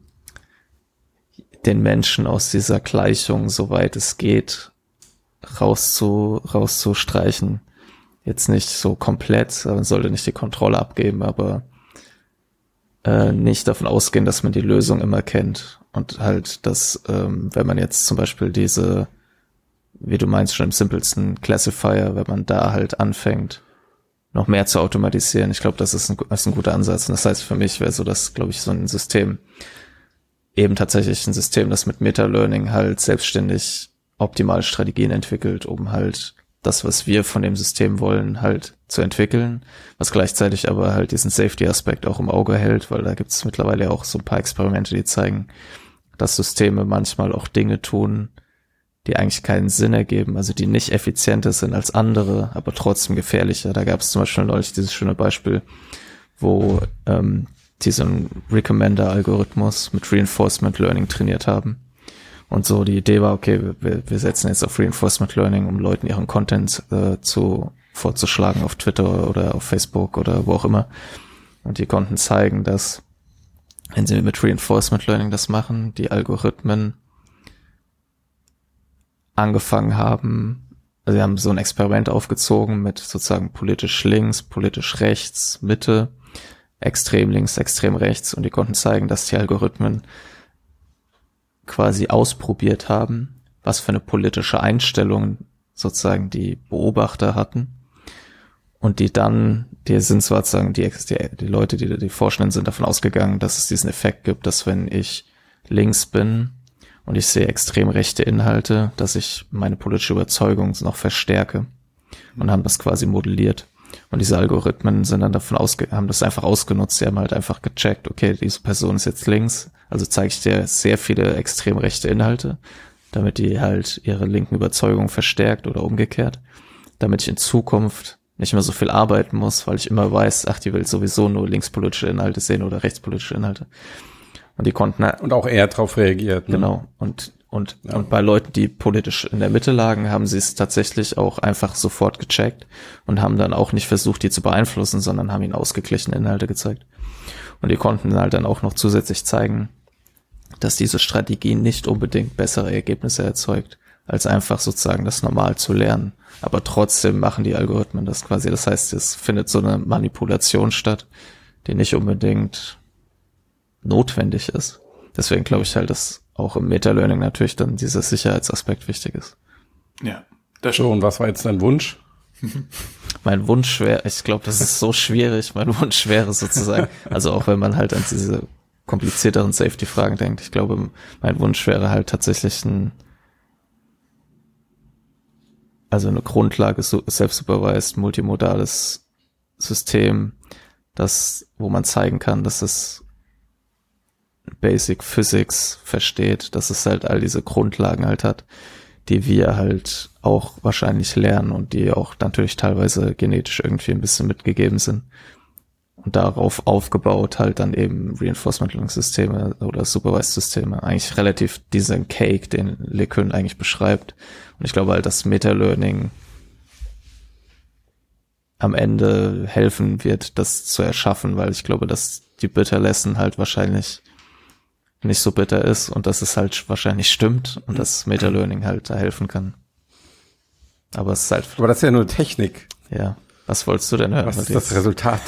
den Menschen aus dieser Gleichung, soweit es geht, rauszustreichen. Jetzt nicht so komplett, man sollte nicht die Kontrolle abgeben, aber nicht davon ausgehen, dass man die Lösung immer kennt. Und halt, dass, wenn man jetzt zum Beispiel diese, wie du meinst, schon im simpelsten Classifier, wenn man da halt anfängt, noch mehr zu automatisieren, ich glaube, das ist ein guter Ansatz. Und das heißt, für mich wäre so, dass, glaube ich, so ein System, eben tatsächlich ein System, das mit Meta-Learning halt selbstständig optimale Strategien entwickelt, um halt das, was wir von dem System wollen, halt zu entwickeln, was gleichzeitig aber halt diesen Safety-Aspekt auch im Auge hält, weil da gibt es mittlerweile auch so ein paar Experimente, die zeigen, dass Systeme manchmal auch Dinge tun, die eigentlich keinen Sinn ergeben, also die nicht effizienter sind als andere, aber trotzdem gefährlicher. Da gab es zum Beispiel neulich dieses schöne Beispiel, wo diesen Recommender-Algorithmus mit Reinforcement Learning trainiert haben. Und so die Idee war, okay, wir setzen jetzt auf Reinforcement Learning, um Leuten ihren Content vorzuschlagen auf Twitter oder auf Facebook oder wo auch immer. Und die konnten zeigen, dass, wenn sie mit Reinforcement Learning das machen, die Algorithmen angefangen haben, also sie haben so ein Experiment aufgezogen mit sozusagen politisch links, politisch rechts, Mitte, extrem links, extrem rechts, und die konnten zeigen, dass die Algorithmen quasi ausprobiert haben, was für eine politische Einstellung sozusagen die Beobachter hatten, und die sind sozusagen die Leute, die Forschenden sind davon ausgegangen, dass es diesen Effekt gibt, dass wenn ich links bin und ich sehe extrem rechte Inhalte, dass ich meine politische Überzeugung noch verstärke, und haben das quasi modelliert. Und diese Algorithmen sind dann haben das einfach ausgenutzt. Die haben halt einfach gecheckt, okay, diese Person ist jetzt links, also zeige ich dir sehr viele extrem rechte Inhalte, damit die halt ihre linken Überzeugungen verstärkt oder umgekehrt, damit ich in Zukunft nicht mehr so viel arbeiten muss, weil ich immer weiß, die will sowieso nur linkspolitische Inhalte sehen oder rechtspolitische Inhalte. Und die konnten und auch eher darauf reagiert. Ne? Genau. Und bei Leuten, die politisch in der Mitte lagen, haben sie es tatsächlich auch einfach sofort gecheckt und haben dann auch nicht versucht, die zu beeinflussen, sondern haben ihnen ausgeglichene Inhalte gezeigt. Und die konnten halt dann auch noch zusätzlich zeigen, dass diese Strategie nicht unbedingt bessere Ergebnisse erzeugt, als einfach sozusagen das normal zu lernen. Aber trotzdem machen die Algorithmen das quasi. Das heißt, es findet so eine Manipulation statt, die nicht unbedingt notwendig ist. Deswegen glaube ich halt, dass auch im Meta-Learning natürlich dann dieser Sicherheitsaspekt wichtig ist. Ja, das schon. So, und was war jetzt dein Wunsch? Mein Wunsch wäre, ich glaube, das ist so schwierig, mein Wunsch wäre sozusagen, also auch wenn man halt an diese komplizierteren Safety-Fragen denkt, ich glaube, mein Wunsch wäre halt tatsächlich eine Grundlage, self-supervised, multimodales System, wo man zeigen kann, dass es Basic Physics versteht, dass es halt all diese Grundlagen halt hat, die wir halt auch wahrscheinlich lernen und die auch natürlich teilweise genetisch irgendwie ein bisschen mitgegeben sind. Und darauf aufgebaut halt dann eben Reinforcement Learning Systeme oder Supervised Systeme. Eigentlich relativ diesen Cake, den LeCun eigentlich beschreibt. Und ich glaube halt, dass Meta-Learning am Ende helfen wird, das zu erschaffen, weil ich glaube, dass die Bitter Lesson halt wahrscheinlich nicht so bitter ist und dass es halt wahrscheinlich stimmt und dass Meta-Learning halt da helfen kann. Aber es ist halt... Aber das ist ja nur Technik. Ja. Was wolltest du denn hören? Was ist das Resultat?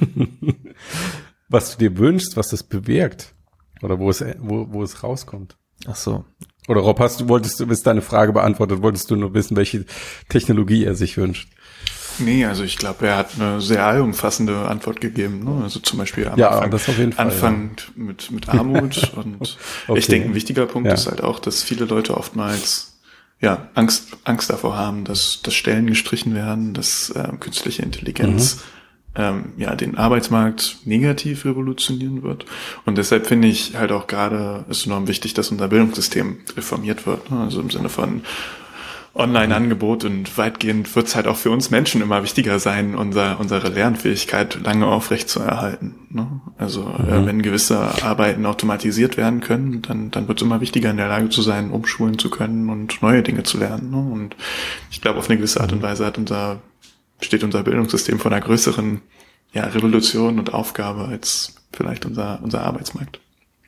Was du dir wünschst, was das bewirkt? Oder wo es rauskommt? Ach so. Oder Rob, ist deine Frage beantwortet? Wolltest du nur wissen, welche Technologie er sich wünscht? Nee, also ich glaube, er hat eine sehr allumfassende Antwort gegeben. Ne? Also zum Beispiel anfangend mit Armut. Und okay. Ich denke, ein wichtiger Punkt ist halt auch, dass viele Leute oftmals Angst davor haben, dass Stellen gestrichen werden, dass künstliche Intelligenz den Arbeitsmarkt negativ revolutionieren wird. Und deshalb finde ich halt auch gerade ist enorm wichtig, dass unser Bildungssystem reformiert wird. Ne? Also im Sinne von Online-Angebot, und weitgehend wird es halt auch für uns Menschen immer wichtiger sein, unsere Lernfähigkeit lange aufrecht zu erhalten. Ne? Also wenn gewisse Arbeiten automatisiert werden können, dann wird es immer wichtiger, in der Lage zu sein, umschulen zu können und neue Dinge zu lernen. Ne? Und ich glaube, auf eine gewisse Art und Weise steht unser Bildungssystem vor einer größeren Revolution und Aufgabe als vielleicht unser Arbeitsmarkt.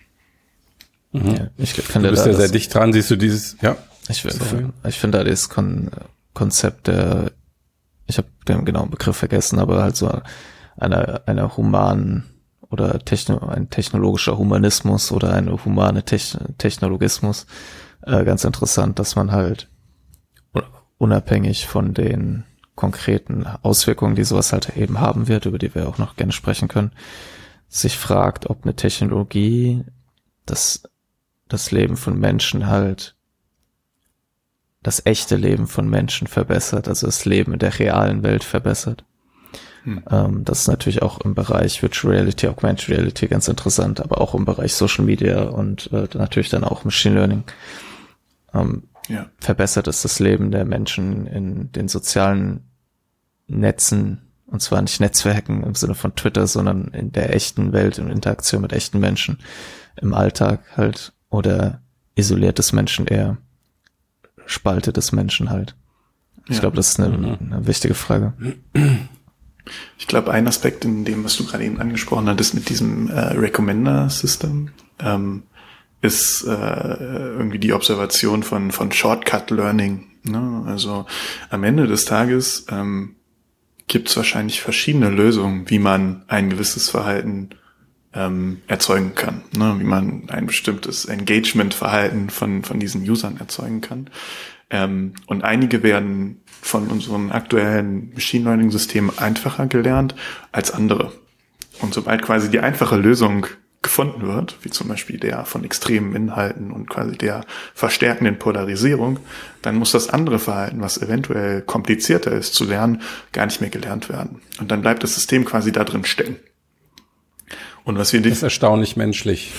Ja, ich finde, du bist ja sehr dicht dran, siehst du dieses, Ich finde da das Konzept ich habe den genauen Begriff vergessen, aber halt so einer humanen oder ein technologischer Humanismus oder eine humane Technologismus ganz interessant, dass man halt unabhängig von den konkreten Auswirkungen, die sowas halt eben haben wird, über die wir auch noch gerne sprechen können, sich fragt, ob eine Technologie das Leben von Menschen halt das echte Leben von Menschen verbessert, also das Leben in der realen Welt verbessert. Das ist natürlich auch im Bereich Virtual Reality, Augmented Reality ganz interessant, aber auch im Bereich Social Media und natürlich dann auch Machine Learning. Verbessert es das Leben der Menschen in den sozialen Netzen Und zwar nicht Netzwerken im Sinne von Twitter, sondern in der echten Welt, in Interaktion mit echten Menschen, im Alltag halt, oder isoliertes Menschen eher, spaltetes Menschen halt. Ich glaube, das ist eine wichtige Frage. Ich glaube, ein Aspekt in dem, was du gerade eben angesprochen hattest mit diesem Recommender-System, ist irgendwie die Observation von Shortcut-Learning. Ne? Also am Ende des Tages gibt es wahrscheinlich verschiedene Lösungen, wie man ein gewisses Verhalten erzeugen kann, ne? Wie man ein bestimmtes Engagement-Verhalten von diesen Usern erzeugen kann. Und einige werden von unseren aktuellen Machine Learning-Systemen einfacher gelernt als andere. Und sobald quasi die einfache Lösung gefunden wird, wie zum Beispiel der von extremen Inhalten und quasi der verstärkenden Polarisierung, dann muss das andere Verhalten, was eventuell komplizierter ist zu lernen, gar nicht mehr gelernt werden. Und dann bleibt das System quasi da drin stecken. Und was wir das ist erstaunlich menschlich.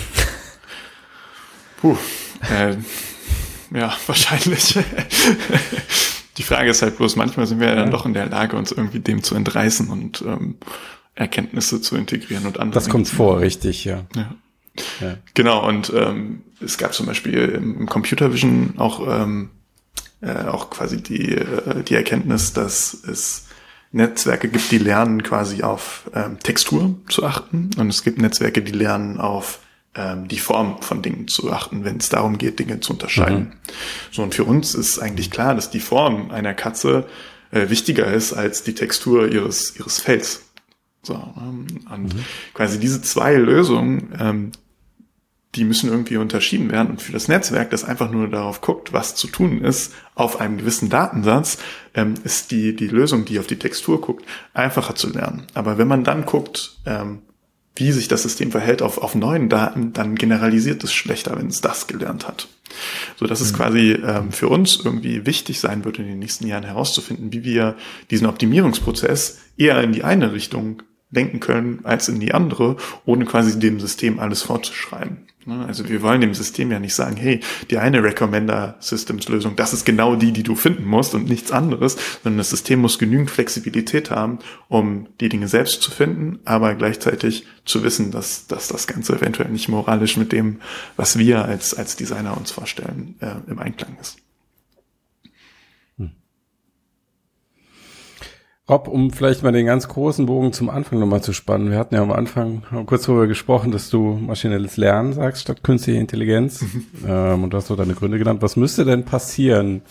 Ja, wahrscheinlich. Die Frage ist halt bloß, manchmal sind wir ja dann doch in der Lage, uns irgendwie dem zu entreißen und Erkenntnisse zu integrieren und andere. Das kommt vor, richtig, ja. Genau, und es gab zum Beispiel im Computer Vision auch quasi die Erkenntnis, dass es Netzwerke gibt, die lernen quasi auf Textur zu achten, und es gibt Netzwerke, die lernen auf die Form von Dingen zu achten, wenn es darum geht, Dinge zu unterscheiden. So, und für uns ist eigentlich klar, dass die Form einer Katze wichtiger ist als die Textur ihres Fells. So, und quasi diese zwei Lösungen, die müssen irgendwie unterschieden werden. Und für das Netzwerk, das einfach nur darauf guckt, was zu tun ist, auf einem gewissen Datensatz, ist die Lösung, die auf die Textur guckt, einfacher zu lernen. Aber wenn man dann guckt, wie sich das System verhält auf neuen Daten, dann generalisiert es schlechter, wenn es das gelernt hat. So dass es quasi für uns irgendwie wichtig sein wird, in den nächsten Jahren herauszufinden, wie wir diesen Optimierungsprozess eher in die eine Richtung denken können als in die andere, ohne quasi dem System alles vorzuschreiben. Also wir wollen dem System ja nicht sagen, hey, die eine Recommender-Systems-Lösung, das ist genau die du finden musst und nichts anderes, sondern das System muss genügend Flexibilität haben, um die Dinge selbst zu finden, aber gleichzeitig zu wissen, dass das Ganze eventuell nicht moralisch mit dem, was wir als Designer uns vorstellen, im Einklang ist. Rob, um vielleicht mal den ganz großen Bogen zum Anfang nochmal zu spannen. Wir hatten ja am Anfang kurz darüber gesprochen, dass du maschinelles Lernen sagst statt künstliche Intelligenz. Und du hast so deine Gründe genannt. Was müsste denn passieren,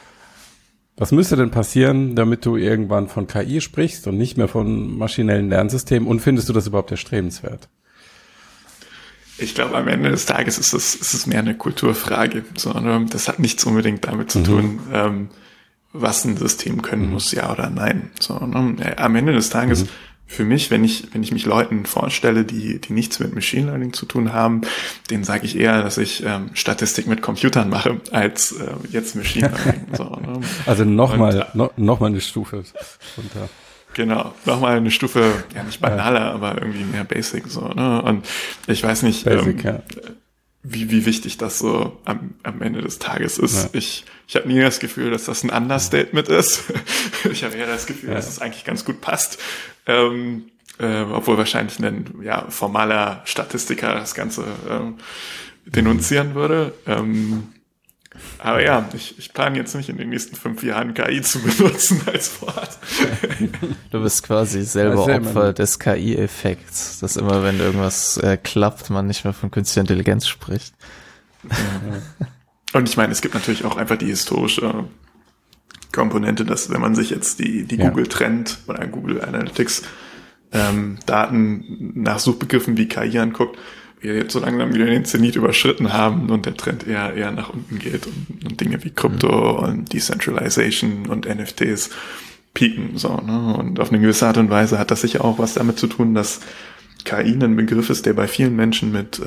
damit du irgendwann von KI sprichst und nicht mehr von maschinellen Lernsystemen? Und findest du das überhaupt erstrebenswert? Ich glaube, am Ende des Tages ist es mehr eine Kulturfrage. Sondern das hat nichts unbedingt damit zu tun, was ein System können muss, ja oder nein. So, am Ende des Tages, für mich, wenn ich mich Leuten vorstelle, die nichts mit Machine Learning zu tun haben, denen sage ich eher, dass ich Statistik mit Computern mache, als jetzt Machine Learning. So, Also nochmal eine Stufe runter. Genau, nochmal eine Stufe, ja nicht banaler, aber irgendwie mehr basic. So, ne? Und ich weiß nicht, wie wichtig das so am Ende des Tages ist. Ja. Ich habe nie das Gefühl, dass das ein Understatement ist. Ich habe eher das Gefühl, dass es eigentlich ganz gut passt. Obwohl wahrscheinlich ein formaler Statistiker das Ganze denunzieren würde. Aber ja, ich plane jetzt nicht in den nächsten 5 Jahren KI zu benutzen als Wort. Du bist quasi selber Opfer des KI-Effekts, dass immer, wenn irgendwas klappt, man nicht mehr von künstlicher Intelligenz spricht. Und ich meine, es gibt natürlich auch einfach die historische Komponente, dass wenn man sich jetzt die Google Trend oder Google Analytics Daten nach Suchbegriffen wie KI anguckt, wir jetzt so langsam wieder den Zenit überschritten haben und der Trend eher nach unten geht und Dinge wie Krypto und Decentralization und NFTs pieken, so, ne? Und auf eine gewisse Art und Weise hat das sicher auch was damit zu tun, dass KI ein Begriff ist, der bei vielen Menschen mit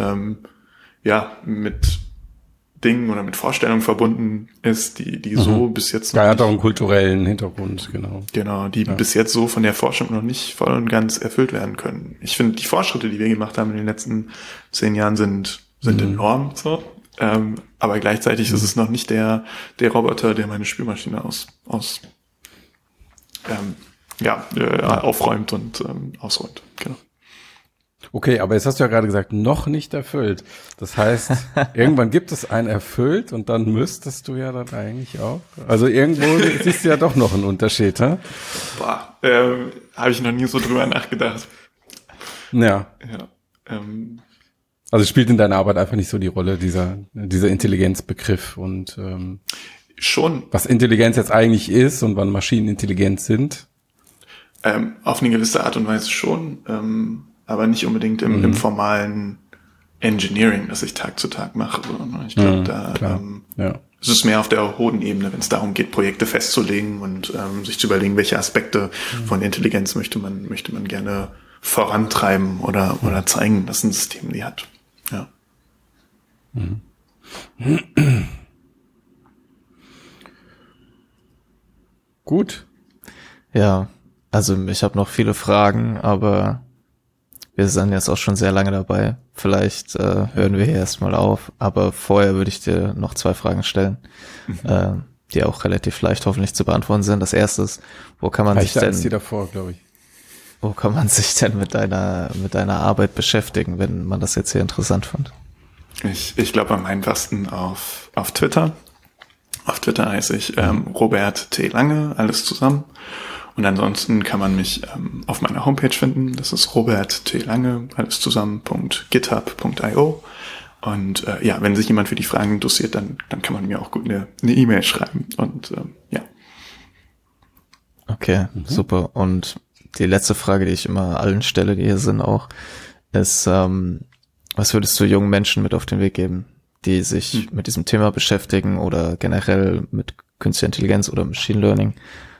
Dingen oder mit Vorstellungen verbunden ist, die so bis jetzt noch hat auch einen kulturellen Hintergrund, genau. Genau, die bis jetzt so von der Forschung noch nicht voll und ganz erfüllt werden können. Ich finde, die Fortschritte, die wir gemacht haben in den letzten 10 Jahren sind enorm, so. Aber gleichzeitig ist es noch nicht der Roboter, der meine Spülmaschine aufräumt und ausräumt. Genau. Okay, aber jetzt hast du ja gerade gesagt, noch nicht erfüllt. Das heißt, irgendwann gibt es ein erfüllt und dann müsstest du ja dann eigentlich auch. Also irgendwo siehst du ja doch noch einen Unterschied, hä? Boah, habe ich noch nie so drüber nachgedacht. Ja. Also spielt in deiner Arbeit einfach nicht so die Rolle, dieser Intelligenzbegriff und schon. Was Intelligenz jetzt eigentlich ist und wann Maschinen intelligent sind? Auf eine gewisse Art und Weise schon, aber nicht unbedingt im formalen Engineering, das ich Tag zu Tag mache. Ich glaube, es ist mehr auf der hohen Ebene, wenn es darum geht, Projekte festzulegen und sich zu überlegen, welche Aspekte von Intelligenz möchte man gerne vorantreiben oder zeigen, dass ein System die hat. Ja. Gut. Ja, also ich habe noch viele Fragen, aber wir sind jetzt auch schon sehr lange dabei. Vielleicht hören wir hier erstmal auf, aber vorher würde ich dir noch 2 Fragen stellen, die auch relativ leicht hoffentlich zu beantworten sind. Das erste ist, wo kann man sich denn mit deiner Arbeit beschäftigen, wenn man das jetzt hier interessant fand? Ich glaube am einfachsten auf Twitter. Auf Twitter heiße ich Robert T. Lange, alles zusammen. Und ansonsten kann man mich auf meiner Homepage finden. Das ist Robert T. Lange, alles zusammen.github.io. Und wenn sich jemand für die Fragen interessiert, dann kann man mir auch gut eine E-Mail schreiben. Und Okay, super. Und die letzte Frage, die ich immer allen stelle, die hier sind auch, ist, was würdest du jungen Menschen mit auf den Weg geben, die sich mit diesem Thema beschäftigen oder generell mit künstlicher Intelligenz oder Machine Learning?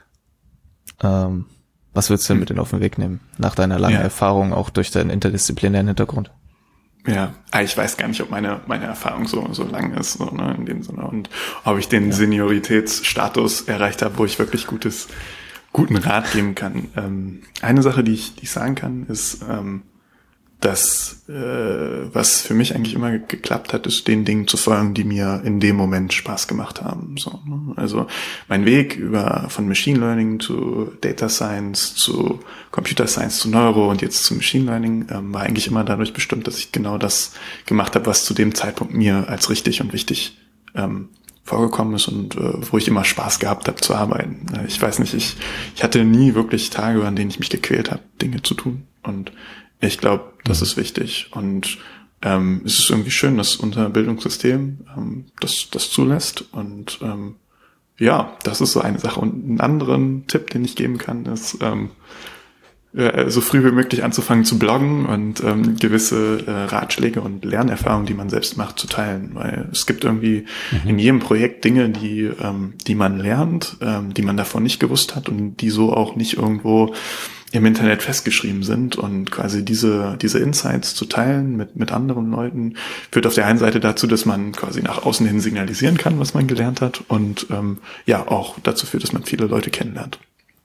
Was würdest du denn mit denen auf den Weg nehmen? Nach deiner langen Erfahrung, auch durch deinen interdisziplinären Hintergrund? Ja, ich weiß gar nicht, ob meine Erfahrung so lang ist, so, ne, in dem Sinne. Und ob ich den Senioritätsstatus erreicht habe, wo ich wirklich guten Rat geben kann. Eine Sache, die ich sagen kann, ist, dass was für mich eigentlich immer geklappt hat, ist den Dingen zu folgen, die mir in dem Moment Spaß gemacht haben. So, ne? Also mein Weg von Machine Learning zu Data Science, zu Computer Science, zu Neuro und jetzt zu Machine Learning war eigentlich immer dadurch bestimmt, dass ich genau das gemacht habe, was zu dem Zeitpunkt mir als richtig und wichtig vorgekommen ist und wo ich immer Spaß gehabt habe zu arbeiten. Ich weiß nicht, ich hatte nie wirklich Tage, an denen ich mich gequält habe, Dinge zu tun. Und ich glaube, das ist wichtig. Und es ist irgendwie schön, dass unser Bildungssystem das zulässt. Und das ist so eine Sache. Und einen anderen Tipp, den ich geben kann, ist so früh wie möglich anzufangen zu bloggen und gewisse Ratschläge und Lernerfahrungen, die man selbst macht, zu teilen. Weil es gibt irgendwie in jedem Projekt Dinge, die man lernt, die man davon nicht gewusst hat und die so auch nicht irgendwo im Internet festgeschrieben sind. Und quasi diese Insights zu teilen mit anderen Leuten führt auf der einen Seite dazu, dass man quasi nach außen hin signalisieren kann, was man gelernt hat und auch dazu führt, dass man viele Leute kennenlernt.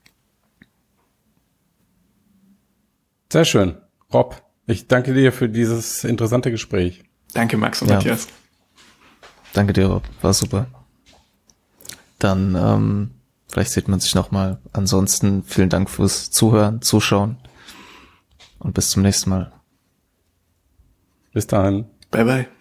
Sehr schön. Rob, ich danke dir für dieses interessante Gespräch. Danke, Max und Matthias. Danke dir, Rob. War super. Dann vielleicht sieht man sich nochmal. Ansonsten vielen Dank fürs Zuhören, Zuschauen und bis zum nächsten Mal. Bis dahin. Bye, bye.